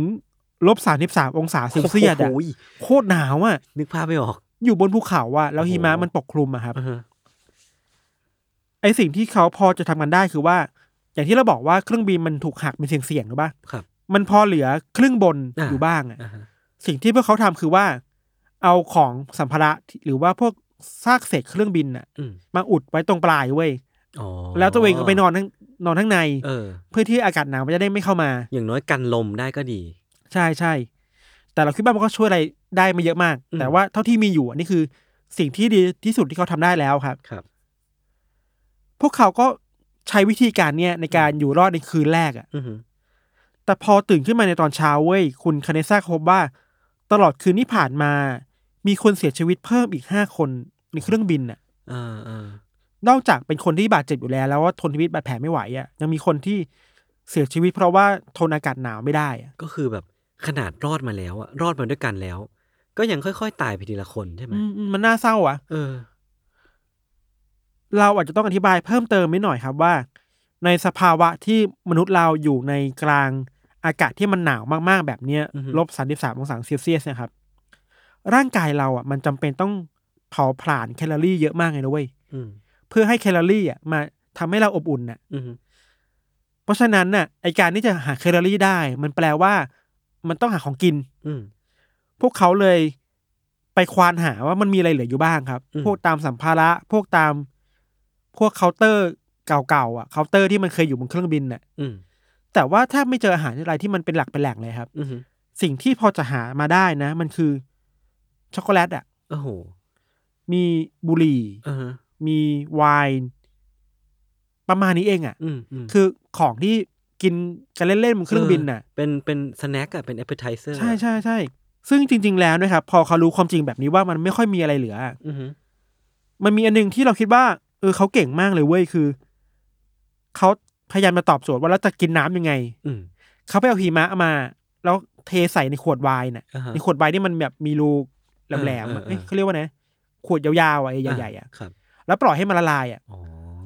-33 องศาเซลเซียสอ่ะโคตรหนาวอ่ะนึกภาพไม่ออกอยู่บนภูเขาอ่ะแล้วหิมะมันปกคลุมอ่ะครับไอสิ่งที่เขาพอจะทำกันได้คือว่าอย่างที่เราบอกว่าเครื่องบินมันถูกหักเป็นเสี่ยงๆหรือเปล่ามันพอเหลือครึ่งบนอยู่บ้างอ่ะสิ่งที่พวกเขาทำคือว่าเอาของสัมภาระหรือว่าพวกซากเศษเครื่องบินน่ะมาอุดไว้ตรงปลายเว้ยแล้วตัวเองก็ไปนอนข้างในเพื่อที่อากาศหนาวมันจะได้ไม่เข้ามาอย่างน้อยกันลมได้ก็ดีใช่ใช่แต่เราคิดว่ามันก็ช่วยอะไรได้ไม่เยอะมากแต่ว่าเท่าที่มีอยู่นี่คือสิ่งที่ดีที่สุดที่เขาทำได้แล้วครับพวกเขาก็ใช้วิธีการเนี้ยในการอยู่รอดในคืนแรกอ่ะแต่พอตื่นขึ้นมาในตอนเช้าเว้ยคุณคาเนซ่าพบว่าตลอดคืนที่ผ่านมามีคนเสียชีวิตเพิ่มอีก5 คนในเครื่องบินน่ะนอกจากเป็นคนที่บาดเจ็บอยู่แล้วว่าทนชีวิตบาดแผลไม่ไหวอ่ะยังมีคนที่เสียชีวิตเพราะว่าทนอากาศหนาวไม่ได้อ่ะก็คือแบบขนาดรอดมาแล้วอ่ะรอดมาด้วยกันแล้วก็ยังค่อยๆตายไปทีละคนใช่ไหมมันน่าเศร้าอ่ะเราอาจจะต้องอธิบายเพิ่มเติมนิดหน่อยครับว่าในสภาวะที่มนุษย์เราอยู่ในกลางอากาศที่มันหนาวมากๆแบบนี้-33 องศาเซลเซียสนะครับร่างกายเราอ่ะมันจำเป็นต้องเผาผลาญแคลอรี่เยอะมากเลยนะเว้ยเพื่อให้แคลอรี่อ่ะมาทำให้เราอบอุ่นน่ะเพราะฉะนั้นน่ะไอการที่จะหาแคลอรี่ได้มันแปลว่ามันต้องหาของกินพวกเขาเลยไปควานหาว่ามันมีอะไรเหลืออยู่บ้างครับพวกตามสัมภาระพวกเคาน์เตอร์เก่าๆอ่ะเคาน์เตอร์ที่มันเคยอยู่บนเครื่องบินน่ะแต่ว่าถ้าไม่เจออาหารอะไรที่มันเป็นหลักเป็นแหล่งเลยครับสิ่งที่พอจะหามาได้นะมันคือช็อกโกแลตอ่ะมีบุหรี่มีไวน์ประมาณนี้เองอ่ะคือของที่กินกันเล่นๆบนเครื่องบินน่ะเป็นสแน็คอ่ะเป็นแอปเปอร์ไทเซอร์ใช่ใช่ใช่ซึ่งจริงๆแล้วนะครับพอเขารู้ความจริงแบบนี้ว่ามันไม่ค่อยมีอะไรเหลือมันมีอันนึงที่เราคิดว่าเขาเก่งมากเลยเว้ยคือเขาพยายามมาตอบโจทย์ว่าแล้วจะกินน้ำยังไงเขาไปเอาหิมะมาแล้วเทใส่ในขวดไวน์น่ะในขวดไวน์ที่มันแบบมีรูแหลมๆเขาเรียกว่าไงขวดยาวๆใหญ่ๆอ่ะแล้วปล่อยให้มันละลายอ่ะ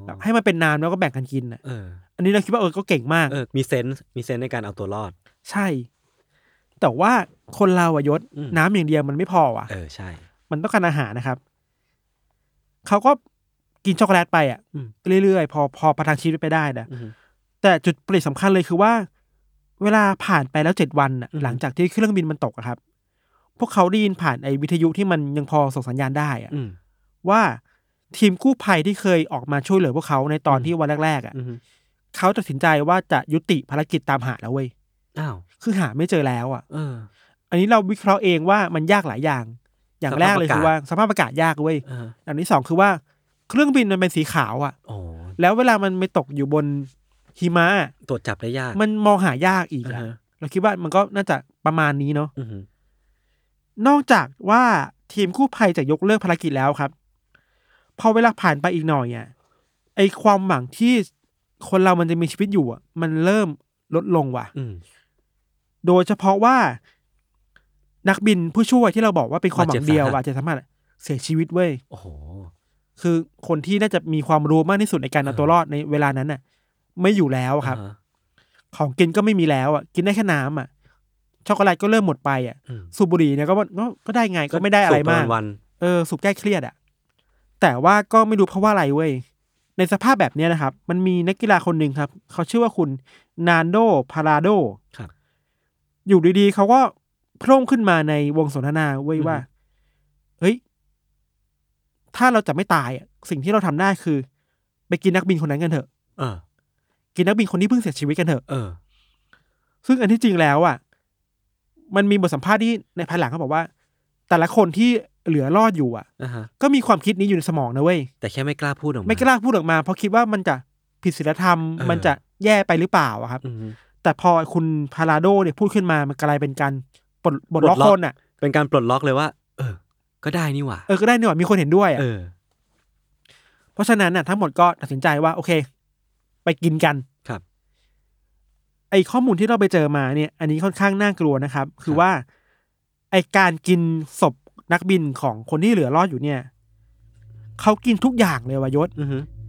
ให้มันเป็นน้ำแล้วก็แบ่งกันกินอ่ะอันนี้เราคิดว่าก็เก่งมากมีเซนส์ในการเอาตัวรอดใช่แต่ว่าคนเรายศน้ำอย่างเดียวมันไม่พอว่ะใช่มันต้องการอาหารนะครับเขาก็กินช็อกโกแลตไปเรื่อยๆพอประทังชีวิตไปได้นะแต่จุดเปลี่ยนสำคัญเลยคือว่าเวลาผ่านไปแล้ว7 วันหลังจากที่เครื่องบินมันตกครับพวกเขาได้ยินผ่านไอ้วิทยุที่มันยังพอส่งสัญญาณได้ว่าทีมกู้ภัยที่เคยออกมาช่วยเหลือพวกเขาในตอนที่วันแรกๆเขาตัดสินใจว่าจะยุติภารกิจตามหาแล้วเว้ยคือหาไม่เจอแล้วอันนี้เราวิเคราะห์เองว่ามันยากหลายอย่างแรกเลยคือว่าสภาพอากาศยากเว้ยอันที่2คือว่าเครื่องบินมันเป็นสีขาวแล้วเวลามันไปตกอยู่บนหิมะตรวจจับได้ยากมันมองหายากอีกเราคิดว่ามันก็น่าจะประมาณนี้เนาะนอกจากว่าทีมกู้ภัยจะยกเลิกภารกิจแล้วครับพอเวลาผ่านไปอีกหน่อยไอความหวังที่คนเรามันจะมีชีวิตอยู่มันเริ่มลดลงว่ะโดยเฉพาะว่านักบินผู้ช่วยที่เราบอกว่าเป็นความหวังเดียวจะสามารถเสียชีวิตเว้ยโอ้โหคือคนที่น่าจะมีความรู้มากที่สุดในการเอาตัวรอดในเวลานั้นไม่อยู่แล้วครับของกินก็ไม่มีแล้วกินได้แค่น้ำช็อกโกแลตก็เริ่มหมดไปสูบบุหรี่เนี่ยก็ได้ไงก็ไม่ได้อะไรมากสูบแก้เครียดแต่ว่าก็ไม่รู้เพราะว่าอะไรเว้ยในสภาพแบบนี้นะครับมันมีนักกีฬาคนหนึ่งครับเขาชื่อว่าคุณนานโดพาราโดอยู่ดีๆเขาก็โผล่ขึ้นมาในวงสนทนาเว้ยว่าเฮ้ยถ้าเราจะไม่ตายสิ่งที่เราทำได้คือไปกินนักบินคนนั้นกันเถอะกินนักบินคนที่เพิ่งเสียชีวิตกันเถอะซึ่งอันที่จริงแล้วมันมีบทสัมภาษณ์ที่ในภายหลังเขาบอกว่าแต่ละคนที่เหลือรอดอยู่ก็มีความคิดนี้อยู่ในสมองนะเว้ยแต่แค่ไม่กล้าพูดออกมาเพราะคิดว่ามันจะผิดศีลธรรมมันจะแย่ไปหรือเปล่าครับแต่พอคุณพาราโดเนี่ยพูดขึ้นมามันกลายเป็นการปลดล็อกคนเป็นการปลดล็อกเลยว่าก็ได้นี่หว่าก็ได้นี่หว่ามีคนเห็นด้วยเพราะฉะนั้นทั้งหมดก็ตัดสินใจว่าโอเคไปกินกันครับไอข้อมูลที่เราไปเจอมาเนี่ยอันนี้ค่อนข้างน่ากลัวนะครับคือว่าไอการกินศพนักบินของคนที่เหลือรอดอยู่เนี่ยเขากินทุกอย่างเลยวะยศ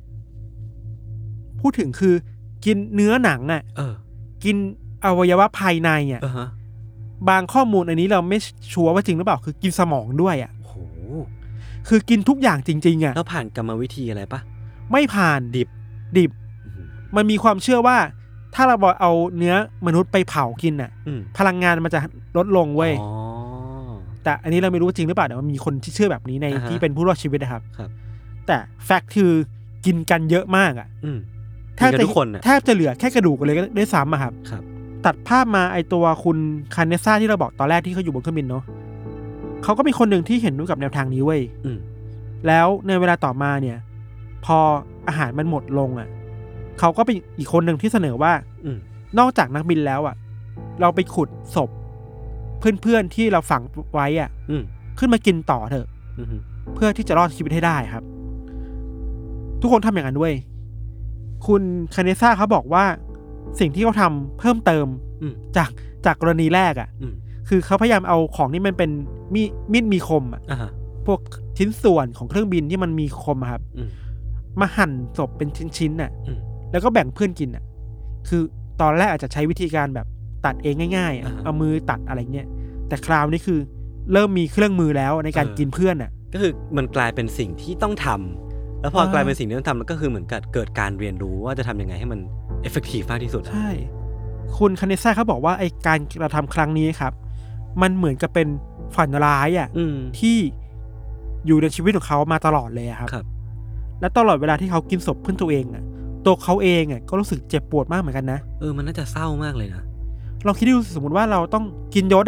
พูดถึงคือกินเนื้อหนังกินอวัยวะภายในบางข้อมูลอันนี้เราไม่ชัวร์ว่าจริงหรือเปล่าคือกินสมองด้วยโอ้โหคือกินทุกอย่างจริงๆแล้วผ่านกรรมวิธีอะไรปะไม่ผ่านดิบมันมีความเชื่อว่าถ้าเราบอกเอาเนื้อมนุษย์ไปเผากินพลังงานมันจะลดลงเว้ยแต่อันนี้เราไม่รู้จริงหรือเปล่าแต่มันมีคนที่เชื่อแบบนี้ในที่เป็นผู้รอดชีวิตนะครับแต่แฟกต์คือกินกันเยอะมากแทบจะเหลือแค่กระดูกเลยก็ได้ซ้ำครับตัดภาพมาไอตัวคุณคาเนซ่าที่เราบอกตอนแรกที่เขาอยู่บนเครื่องบินเนาะเขาก็มีคนหนึ่งที่เห็นด้วยกับแนวทางนี้เว้ยแล้วในเวลาต่อมาเนี่ยพออาหารมันหมดลงเขาก็เป็นอีกคนหนึ่งที่เสนอว่านอกจากนักบินแล้วเราไปขุดศพเพื่อนๆที่เราฝังไว้ขึ้นมากินต่อเถอะเพื่อที่จะรอดชีวิตให้ได้ครับทุกคนทำอย่างนั้นด้วยคุณคาเนซ่าเขาบอกว่าสิ่งที่เขาทำเพิ่มเติมจากกรณีแรกคือเขาพยายามเอาของที่มันเป็นมีดมีคมพวกชิ้นส่วนของเครื่องบินที่มันมีคมครับมาหั่นศพเป็นชิ้นๆแล้วก็แบ่งเพื่อนกินคือตอนแรกอาจจะใช้วิธีการแบบตัดเองง่ายๆเอามือตัดอะไรเงี้ยแต่คราวนี้คือเริ่มมีเครื่องมือแล้วในการกินเพื่อนก็คือมันกลายเป็นสิ่งที่ต้องทำแล้วพอกลายเป็นสิ่งที่ต้องทำมันก็คือเหมือนกับเกิดการเรียนรู้ว่าจะทำยังไงให้มันเอฟเฟกตีฟมากที่สุดใช่คุณคาเนซ่าเขาบอกว่าไอการกระทำครั้งนี้ครับมันเหมือนกับเป็นฝันร้ายที่อยู่ในชีวิตของเขามาตลอดเลยครับและตลอดเวลาที่เขากินศพเพื่อนตัวเองตัวเขาเองก็รู้สึกเจ็บปวดมากเหมือนกันนะมันน่าจะเศร้ามากเลยนะเราคิดดูสมมติว่าเราต้องกินยศ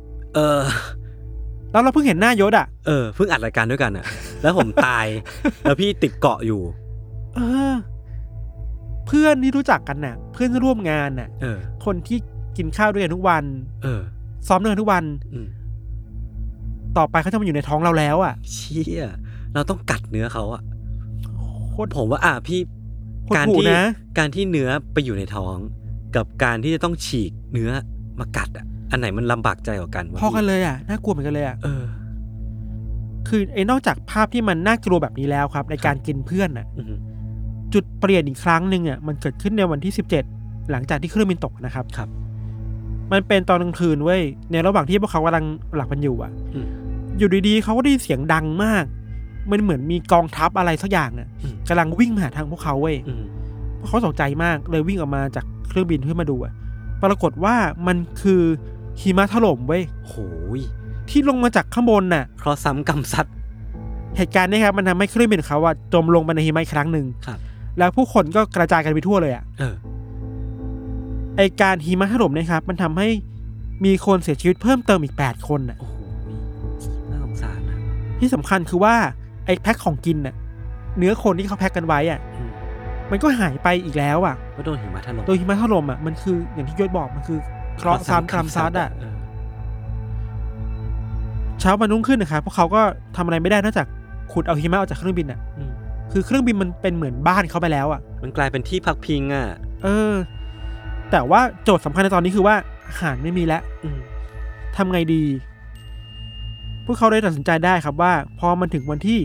แล้วเราเพิ่งเห็นหน้ายศเพิ่งอัดรายการด้วยกันแล้วผมตาย แล้วพี่ติดเกาะอยู่เพื่อนที่รู้จักกันเพื่อนร่วมงานคนที่กินข้าวด้วยกันทุกวันซ้อมด้วยกันทุกวันต่อไปเขาจะมาอยู่ในท้องเราแล้วเชี่ยเราต้องกัดเนื้อเขาโคตรผมว่าพี่การที่เนื้อไปอยู่ในท้องกับการที่จะต้องฉีกเนื้อมากัดอันไหนมันลำบากใจกว่ากันพอกันเลยน่ากลัวเหมือนกันเลยคือไอ้นอกจากภาพที่มันน่ากลัวแบบนี้แล้วครับในการกินเพื่อนจุดเปลี่ยนอีกครั้งหนึ่งอ่ะมันเกิดขึ้นในวันที่17หลังจากที่เครื่องบินตกนะครับครับมันเป็นตอนกลางคืนเว้ยในระหว่างที่พวกเขากำลังหลับกันอยู่อ่ะอยู่ดีๆเขาก็ได้ยินเสียงดังมากมันเหมือนมีกองทัพอะไรสักอย่างอ่ะกำลังวิ่งมาหาทางพวกเขาเว้ยพวกเขาตกใจมากเลยวิ่งออกมาจากเครื่องบินเพื่อมาดูอ่ะปรากฏว่ามันคือหิมะถล่มเว้ยโหยที่ลงมาจากข้างบนน่ะเคราะห์ซ้ำกรรมซัดเหตุการณ์นี้ครับมันทำให้เครื่องบินเขาว่าจมลงไปในหิมะอีกครั้งหนึ่งแล้วผู้คนก็กระจายกันไปทั่วเลยอ่ะไอการหิมะถล่มนะครับมันทำให้มีคนเสียชีวิตเพิ่มเติมอีก8คนน่ะโอ้โหน่าสงสารนะที่สำคัญคือว่าไอแพ็คของกินน่ะเนื้อคนที่เขาแพ็คกันไว้อ่ะมันก็หายไปอีกแล้วอ่ะเพราะโดนหิมะถล่มอ่ะมันคืออย่างที่ยศบอกมันคือเคราะห์ซ้ำกรรมซัดอ่ะเช้าวันรุ่งขึ้นนะครับพวกเขาก็ทำอะไรไม่ได้นอกจากขุดเอาหิมะออกจากเครื่องบินอ่ะคือเครื่องบินมันเป็นเหมือนบ้านเขาไปแล้วอ่ะมันกลายเป็นที่พักพิงอ่ะแต่ว่าโจทย์สำคัญในตอนนี้คือว่าอาหารไม่มีแล้วทำไงดีพวกเขาได้ตัดสินใจได้ครับว่าพอมันถึงวันที่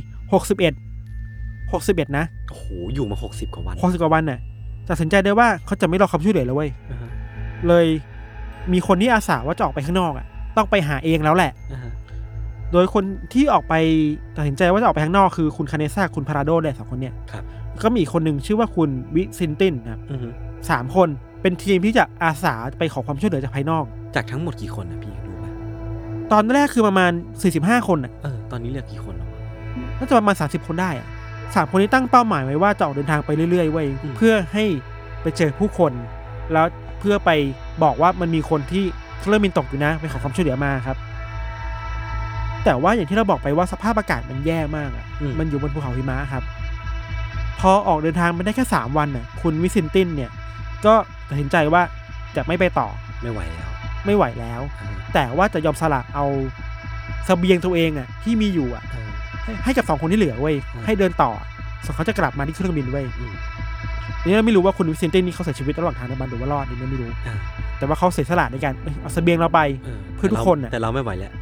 61นะโอ้โหอยู่มา60กว่าวันน่ะตัดสินใจได้ว่าเขาจะไม่รอความช่วยเหลือแล้วเว้ยเลยมีคนที่อาสาว่าจะออกไปข้างนอกอ่ะต้องไปหาเองแล้วแหละโดยคนที่ออกไปตัดสินใจว่าจะออกไปข้างนอกคือคุณคาเนซ่าคุณพาราโดเนี่ย2คนเนี่ยก็มีอีกคนหนึ่งชื่อว่าคุณวิซินตินครับ3คนเป็นทีมที่จะอาสาไปขอความช่วยเหลือจากภายนอกจากทั้งหมดกี่คนนะพี่รู้ไหมตอนแรกคือประมาณ45คนอ่ะตอนนี้เหลือกี่คนแล้วน่าจะประมาณ30คนได้อ่ะ3คนนี้ตั้งเป้าหมายไว้ว่าจะออกเดินทางไปเรื่อยๆไว้เพื่อให้ไปเจอผู้คนแล้วเพื่อไปบอกว่ามันมีคนที่เครื่องบินตกอยู่นะไปขอความช่วยเหลือมาครับแต่ว่าอย่างที่เราบอกไปว่าสภาพอากาศมันแย่มากอ่ะมันอยู่บนภูเขาหิมะครับพอออกเดินทางไปได้แค่3วันน่ะคุณวิซินตินเนี่ยก็ตัดสินใจว่าจะไม่ไปต่อไม่ไหวแล้วแต่ว่าจะยอมสละเอาเสบียงตัวเองอ่ะที่มีอยู่อ่ะให้กับ2คนที่เหลือเว้ยให้เดินต่อส่วนเขาจะกลับมาที่เครื่องบินเว้ยนี่เราไม่รู้ว่าคุณวิซินตินนี่เขาเสียชีวิตระหว่างทางหรือว่ารอดนี่ไม่รู้แต่ว่าเขาเสียสละในการเอาเสบียงเราไปเพื่อทุกคนอ่ะแต่เราไม่ไหวแล้ว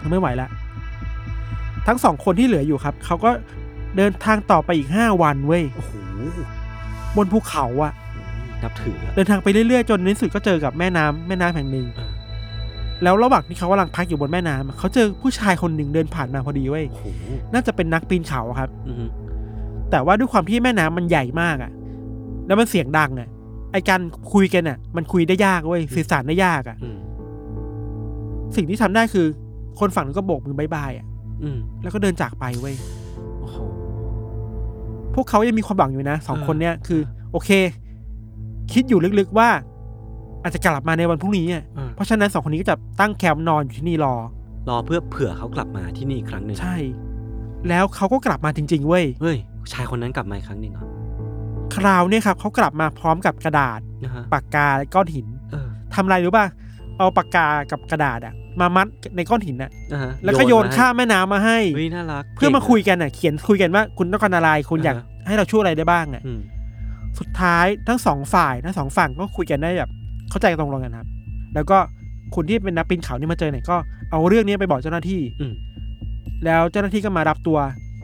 ทั้ง2คนที่เหลืออยู่ครับเขาก็เดินทางต่อไปอีก5วันเว้ยโอ้โหบนภูเขาอ่ะนับถือเดินทางไปเรื่อยๆจนในที่สุดก็เจอกับแม่น้ำแห่งหนึ่งแล้วระหว่างที่เขากำลังพักอยู่บนแม่น้ำเขาเจอผู้ชายคนหนึ่งเดินผ่านมาพอดีเว้ยน่าจะเป็นนักปีนเขาครับแต่ว่าด้วยความที่แม่น้ำมันใหญ่มากอ่ะแล้วมันเสียงดังอ่ะไอการคุยกันอ่ะมันคุยได้ยากเว้ยสื่อสารได้ยากอ่ะสิ่งที่ทำได้คือคนฝั่งนึงก็โบกมือบายบายอ่ะแล้วก็เดินจากไปเว้ยพวกเขายังมีความหวังอยู่นะ2คนเนี้ยคือโอเคคิดอยู่ลึกๆว่าอาจจะกลับมาในวันพรุ่งนี้อ่ะเพราะฉะนั้น2คนนี้ก็จะตั้งแคมป์นอนอยู่ที่นี่รอเพื่อเผื่อเขากลับมาที่นี่อีกครั้งนึงใช่แล้วเขาก็กลับมาจริงๆเว้ยชายคนนั้นกลับมาอีกครั้งนึงเหรอคราวนี้ครับเขากลับมาพร้อมกับกระดาษปากกาและก้อนหินทำอะไรรู้ป่ะเอาปากกากับกระดาษอ่ะมามัดในก้อนหินน่ะแล้วก็โยนข้ามแม่น้ำมาให้น่ารักเพื่อมาคุยกันน่ะเขียนคุยกันว่าคุณต้องการอะไรคุณอยากให้เราช่วยอะไรได้บ้างอ่ะสุดท้ายทั้ง2ฝ่ายทั้ง2ฝั่งก็คุยกันได้แบบเข้าใจตรงกันครับแล้วก็คนที่เป็นนักปีนเขานี่มาเจอเนี่ยก็เอาเรื่องนี้ไปบอกเจ้าหน้าที่แล้วเจ้าหน้าที่ก็มารับตัว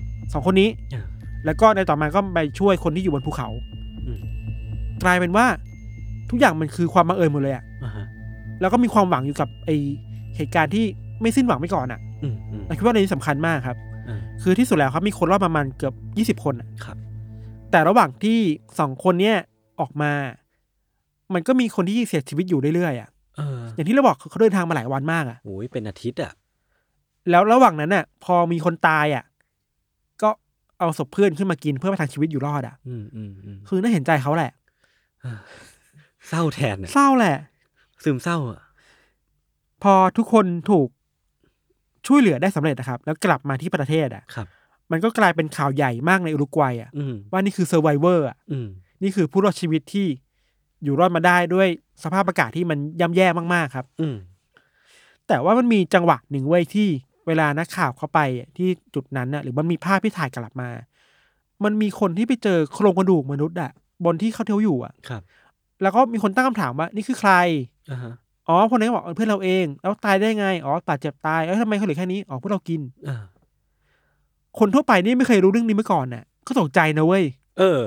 2คนนี้แล้วก็ในต่อมาก็ไปช่วยคนที่อยู่บนภูเขากลายเป็นว่าทุกอย่างมันคือความบังเอิญหมดเลยอ่ะแล้วก็มีความหวังอยู่กับไอเหตุการณ์ที่ไม่สิ้นหวังไม่ก่อนอ่ะเราคิดว่าในนี้สำคัญมากครับคือที่สุดแล้วครับมีคนรอดประมาณเกือบ20 คนอ่ะแต่ระหว่างที่2คนเนี้ยออกมามันก็มีคนที่เสียชีวิตอยู่เรื่อยๆอ่ะอย่างที่เราบอกเขาเดินทางมาหลายวันมากอ่ะโอ้ยเป็นอาทิตย์อ่ะแล้วระหว่างนั้นน่ะพอมีคนตายอ่ะก็เอาศพเพื่อนขึ้นมากินเพื่อประทังชีวิตอยู่รอดอ่ะคือน่าเห็นใจเขาแหละเศร้าแทนเศร้าแหละซึมเศร้าอ่ะพอทุกคนถูกช่วยเหลือได้สำเร็จนะครับแล้วกลับมาที่ประเทศอ่ะมันก็กลายเป็นข่าวใหญ่มากในอุรุกวัยอ่ะว่านี่คือเซอร์ไวเวอร์อ่ะนี่คือผู้รอดชีวิตที่อยู่รอดมาได้ด้วยสภาพอากาศที่มันย่ำแย่มากๆครับแต่ว่ามันมีจังหวะหนึ่งเว้ยที่เวลานักข่าวเข้าไปที่จุดนั้นน่ะหรือมันมีภาพที่ถ่ายกลับมามันมีคนที่ไปเจอโครงกระดูกมนุษย์อ่ะบนที่เขาเที่ยวอยู่อ่ะแล้วก็มีคนตั้งคำถามว่านี่คือใครอ๋อคนนี้บอกเพื่อนเราเองแล้วตายได้ไงอ๋อบาดเจ็บตายทำไมเขาเหลือแค่นี้อ๋อพวกเรากินคนทั่วไปนี่ไม่เคยรู้เรื่องนี้มาก่อนน่ะก็ตกใจนะเว้ย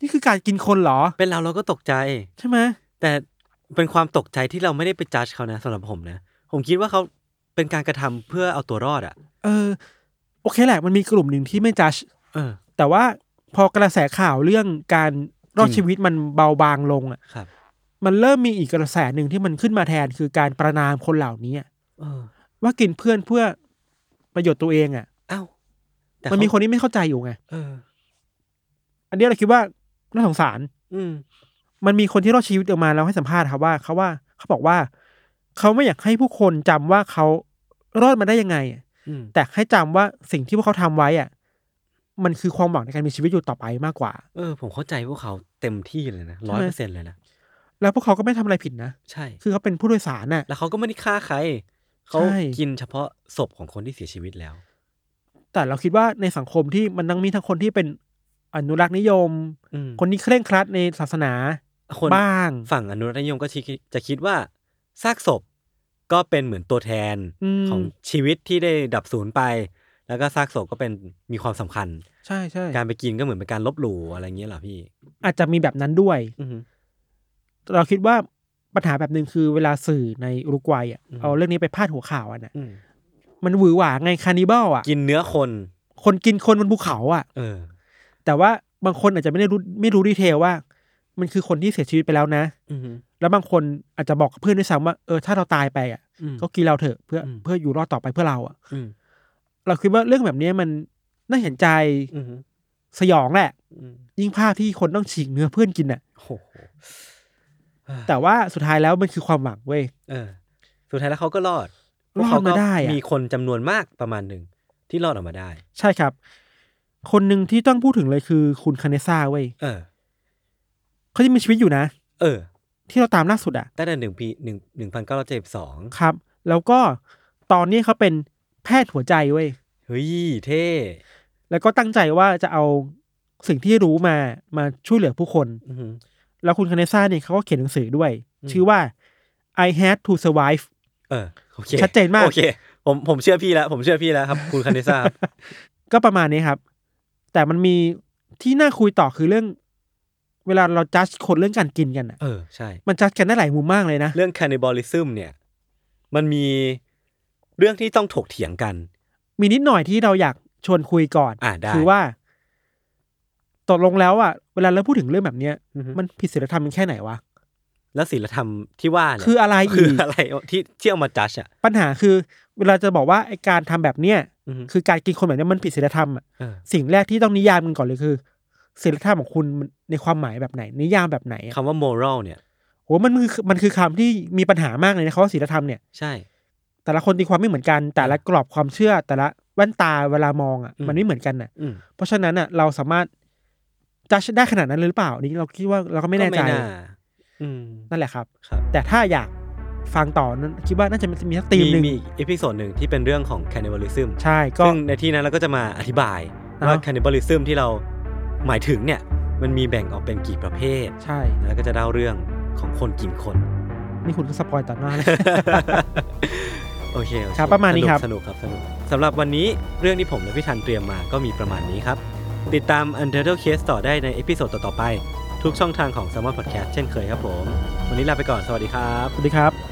นี่คือการกินคนเหรอเป็นเราก็ตกใจใช่ไหมแต่เป็นความตกใจที่เราไม่ได้ไปจัดเขานะสำหรับผมนะผมคิดว่าเขาเป็นการกระทำเพื่อเอาตัวรอดอ่ะโอเคแหละมันมีกลุ่มหนึ่งที่ไม่จัดแต่ว่าพอกระแสข่าวเรื่องการรอดชีวิตมันเบาบางลงอ่ะมันเริ่มมีอีกกระแสหนึ่งที่มันขึ้นมาแทนคือการประณามคนเหล่านี้ว่ากินเพื่อนเพื่อประโยชน์ตัวเองอ่ะมันมีคนที่ไม่เข้าใจอยู่ไงอันนี้เราคิดว่าน่าสงสารมันมีคนที่รอดชีวิตออกมาแล้วให้สัมภาษณ์ครับว่าเขาบอกว่าเขาไม่อยากให้ผู้คนจำว่าเขารอดมาได้ยังไงแต่ให้จำว่าสิ่งที่พวกเขาทำไว้อ่ะมันคือความหวังในการมีชีวิตอยู่ต่อไปมากกว่าผมเข้าใจพวกเขาเต็มที่เลยนะ 100% เลยนะแล้วพวกเขาก็ไม่ทำอะไรผิดนะใช่คือเขาเป็นผู้โดยสารน่ะแล้วเขาก็ไม่ได้ฆ่าใครเขากินเฉพาะศพของคนที่เสียชีวิตแล้วแต่เราคิดว่าในสังคมที่มันต้องมีทั้งคนที่เป็นอนุรักษ์นิยมคนที่เคร่งครัดในศาสนาบ้างฝั่งอนุรักษ์นิยมก็จะคิดว่าซากศพก็เป็นเหมือนตัวแทนของชีวิตที่ได้ดับสูญไปแล้วก็ซากศพก็เป็นมีความสำคัญใช่ใช่การไปกินก็เหมือนเป็นการลบหลู่อะไรเงี้ยเหรอพี่อาจจะมีแบบนั้นด้วยเราคิดว่าปัญหาแบบนึงคือเวลาสื่อในอุรุกวัยเอาเรื่องนี้ไปพาดหัวข่าวอ่ะนะมันหวือหวาไงคานิบาลอ่ะกินเนื้อคนกินคนบนภูเขาอ่ะแต่ว่าบางคนอาจจะไม่รู้ดีเทลว่ามันคือคนที่เสียชีวิตไปแล้วนะแล้วบางคนอาจจะบอกกับเพื่อนด้วยซ้ำว่าถ้าเราตายไปอ่ะก็กินเราเถอะเพื่ออยู่รอดต่อไปเพื่อเราอ่ะเราคิดว่าเรื่องแบบนี้มันน่าเห็นใจสยองแหละยิ่งภาพที่คนต้องฉีกเนื้อเพื่อนกินอ่ะแต่ว่าสุดท้ายแล้วมันคือความหวังเว้ยสุดท้ายแล้วเขาก็รอดมาได้มีคนจำนวนมากประมาณหนึ่งที่รอดออกมาได้ใช่ครับคนหนึ่งที่ต้องพูดถึงเลยคือคุณคาเนซ่าเว้ยเขาจะมีชีวิตอยู่นะที่เราตามล่าสุดอ่ะตั้งแต่ปี1972 ครับแล้วก็ตอนนี้เขาเป็นแพทย์หัวใจเว้ยเฮ้ยเท่แล้วก็ตั้งใจว่าจะเอาสิ่งที่รู้มาช่วยเหลือผู้คนแล้วคุณคาเนซ่าเนี่ยเขาก็เขียนหนังสือด้วยชื่อว่า I Had to Survive โอเคชัดเจนมากโอเคผมเชื่อพี่แล้วครับคุณคาเนซ่าก็ประมาณนี้ครับแต่มันมีที่น่าคุยต่อคือเรื่องเวลาเราจัดคนเรื่องการกินกันอ่ะใช่มันจัดกันได้หลายมุมมากเลยนะเรื่อง cannibalism เนี่ยมันมีเรื่องที่ต้องถกเถียงกันมีนิดหน่อยที่เราอยากชวนคุยก่อนคือว่าตกลงแล้วอ่ะเวลาเราพูดถึงเรื่องแบบเนี้ยมันผิดศีลธรรมแค่ไหนวะแล้วศีลธรรมที่ว่าเนี่ยคืออะไรคืออะไรที่เอามาจัดอ่ะปัญหาคือเวลาจะบอกว่าไอ้การทำแบบเนี้ยคือการกินคนแบบนี้มันผิดศีลธรรมอ่ะสิ่งแรกที่ต้องนิยามมันก่อนเลยคือศีลธรรมของคุณในความหมายแบบไหนนิยามแบบไหนคำว่า moral เนี่ยโหมันคือคำที่มีปัญหามากเลยนะคำว่าศีลธรรมเนี่ยใช่แต่ละคนตีความไม่เหมือนกันแต่ละกรอบความเชื่อแต่ละแว่นตาเวลามองอ่ะมันไม่เหมือนกันน่ะเพราะฉะนั้นอ่ะเราสามารถจัดได้ขนาดนั้นหรือเปล่านี่เราคิดว่าเราก็ไม่แน่ใจนั่นแหละครับแต่ถ้าอยากฟังต่อนั้นคิดว่าน่าจะมีสักธีมนึงมีอีพิโซดนึงที่เป็นเรื่องของ cannibalism ใช่ก็ซึ่งในที่นั้นเราก็จะมาอธิบายว่า cannibalism ที่เราหมายถึงเนี่ยมันมีแบ่งออกเป็นกี่ประเภทใช่แล้วก็จะเล่าเรื่องของคนกินคนนี่คุณก็สปอยล์ต่อหน้าเลยโอเคครับประมาณนี้ครับสนุกครับสนุกสำหรับวันนี้เรื่องที่ผมและพี่ธันเตรียมมาก็มีประมาณนี้ครับติดตาม Untitled Case ต่อได้ในเอพิโซดต่อๆไปทุกช่องทางของ Salmon Podcast เช่นเคยครับผมวันนี้ลาไปก่อนสวัสดีครับสวัสดีครับ